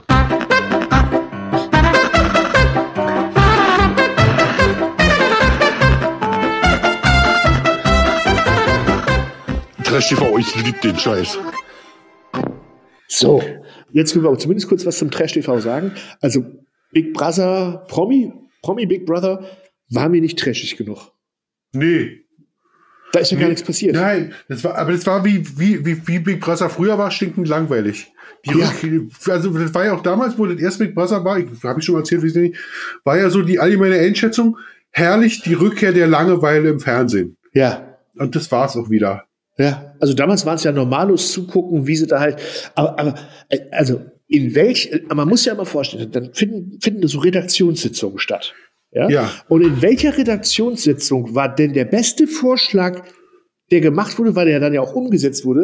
Trash-T V, ich lieb den Scheiß. So, jetzt können wir aber zumindest kurz was zum Trash T V sagen. Also Big Brother, Promi, Promi Big Brother war mir nicht trashig genug. Nee. Da ist ja gar Nee. nichts passiert. Nein, das war, aber das war wie, wie, wie, wie Big Brother früher war, stinkend langweilig. Die Ja. Rück, also das war ja auch damals, wo das erste Big Brother war, ich habe ich schon mal erzählt, wie es nicht, war ja so die allgemeine Einschätzung, herrlich die Rückkehr der Langeweile im Fernsehen. Ja, Und das war's auch wieder. ja. Also damals waren es ja normalos zugucken, wie sie da halt, aber, aber äh, also in welch, äh, man muss ja immer vorstellen, dann finden, finden so Redaktionssitzungen statt. Ja? Ja. Und in welcher Redaktionssitzung war denn der beste Vorschlag, der gemacht wurde, weil der dann ja auch umgesetzt wurde,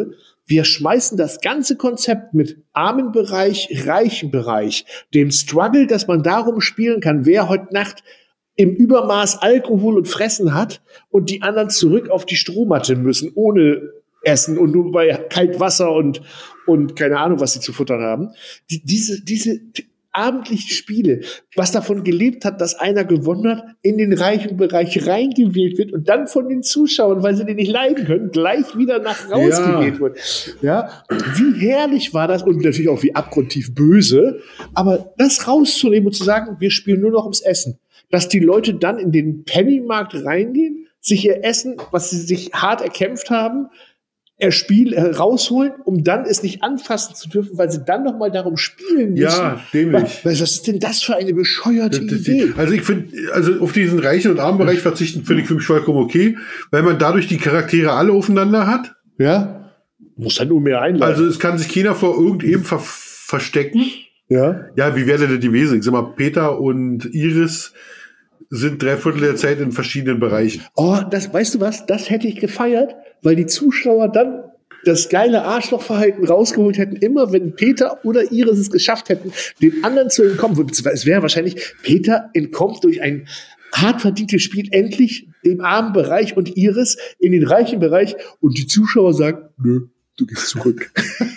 wir schmeißen das ganze Konzept mit armen Bereich, reichen Bereich, dem Struggle, dass man darum spielen kann, wer heute Nacht im Übermaß Alkohol und Fressen hat und die anderen zurück auf die Strohmatte müssen, ohne Essen und nur bei Kaltwasser und, und keine Ahnung, was sie zu futtern haben. Die, diese, diese abendlichen Spiele, was davon gelebt hat, dass einer gewonnen hat, in den reichen Bereich reingewählt wird und dann von den Zuschauern, weil sie den nicht leiden können, gleich wieder nach rausgewählt ja. wird. Ja, wie herrlich war das und natürlich auch wie abgrundtief böse, aber das rauszunehmen und zu sagen, wir spielen nur noch ums Essen. Dass die Leute dann in den Pennymarkt reingehen, sich ihr Essen, was sie sich hart erkämpft haben, er Spiel äh, rausholen, um dann es nicht anfassen zu dürfen, weil sie dann noch mal darum spielen müssen. Ja, dämlich. Was, was ist denn das für eine bescheuerte das, das, Idee? Also ich finde, also auf diesen reichen und armen Bereich verzichten finde ich für mich vollkommen okay, weil man dadurch die Charaktere alle aufeinander hat. Ja. Muss dann nur mehr einladen. Also es kann sich keiner vor irgendeinem ver- verstecken. Ja. Ja, wie wäre denn die Wesen? Ich sag mal, Peter und Iris sind drei Viertel der Zeit in verschiedenen Bereichen. Oh, das, weißt du was? Das hätte ich gefeiert, weil die Zuschauer dann das geile Arschlochverhalten rausgeholt hätten, immer wenn Peter oder Iris es geschafft hätten, den anderen zu entkommen. Es wäre wahrscheinlich, Peter entkommt durch ein hart verdientes Spiel endlich dem armen Bereich und Iris in den reichen Bereich und die Zuschauer sagen, nö, du gehst zurück.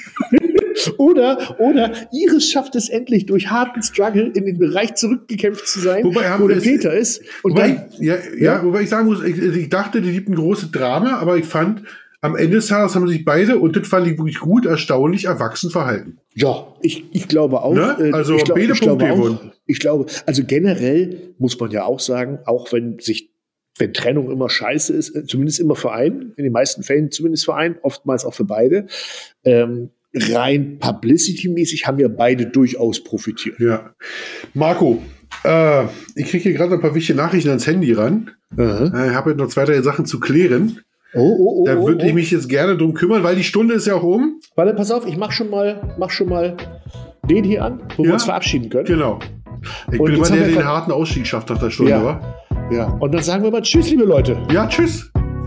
Oder, oder Iris schafft es endlich durch harten Struggle in den Bereich zurückgekämpft zu sein, wobei, wo der Peter ist. Und wobei, dann, ja, ja, ja, wobei ich sagen muss, ich, ich dachte, die gibt ein großes Drama, aber ich fand, am Ende des Tages haben sich beide, und das fand ich wirklich gut, erstaunlich erwachsen verhalten. Ja, ich, ich glaube auch. Ne? Also ich glaub, beide ich glaube Punkte auch, gewonnen. Ich glaube, also generell muss man ja auch sagen, auch wenn sich wenn Trennung immer scheiße ist, zumindest immer für einen, in den meisten Fällen zumindest für einen, oftmals auch für beide, ähm, rein publicity-mäßig haben ja beide durchaus profitiert. Ja. Marco, äh, ich kriege hier gerade ein paar wichtige Nachrichten ans Handy ran. Aha. Ich habe jetzt noch zwei, drei Sachen zu klären. Oh, oh, oh, da würde oh, oh. ich mich jetzt gerne drum kümmern, weil die Stunde ist ja auch um. Warte, pass auf, ich mach schon mal, mach schon mal den hier an, wo Ja, wir uns verabschieden können. Genau. Ich Und bin jetzt immer der, haben der wir den ver- harten Ausstieg schafft nach der Stunde, Ja. wa? Ja. Und dann sagen wir mal Tschüss, liebe Leute. Ja, tschüss.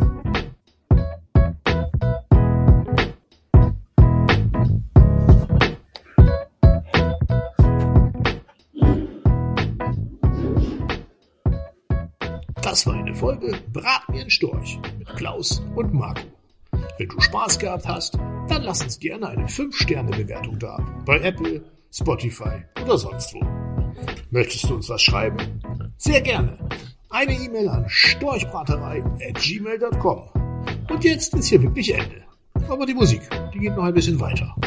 Das war eine Folge Brat mir einen Storch mit Klaus und Marco. Wenn du Spaß gehabt hast, dann lass uns gerne eine fünf Sterne Bewertung da. Bei Apple, Spotify oder sonst wo. Möchtest du uns was schreiben? Sehr gerne. Eine E-Mail an storchbraterei at gmail dot com. Und jetzt ist hier wirklich Ende. Aber die Musik, die geht noch ein bisschen weiter.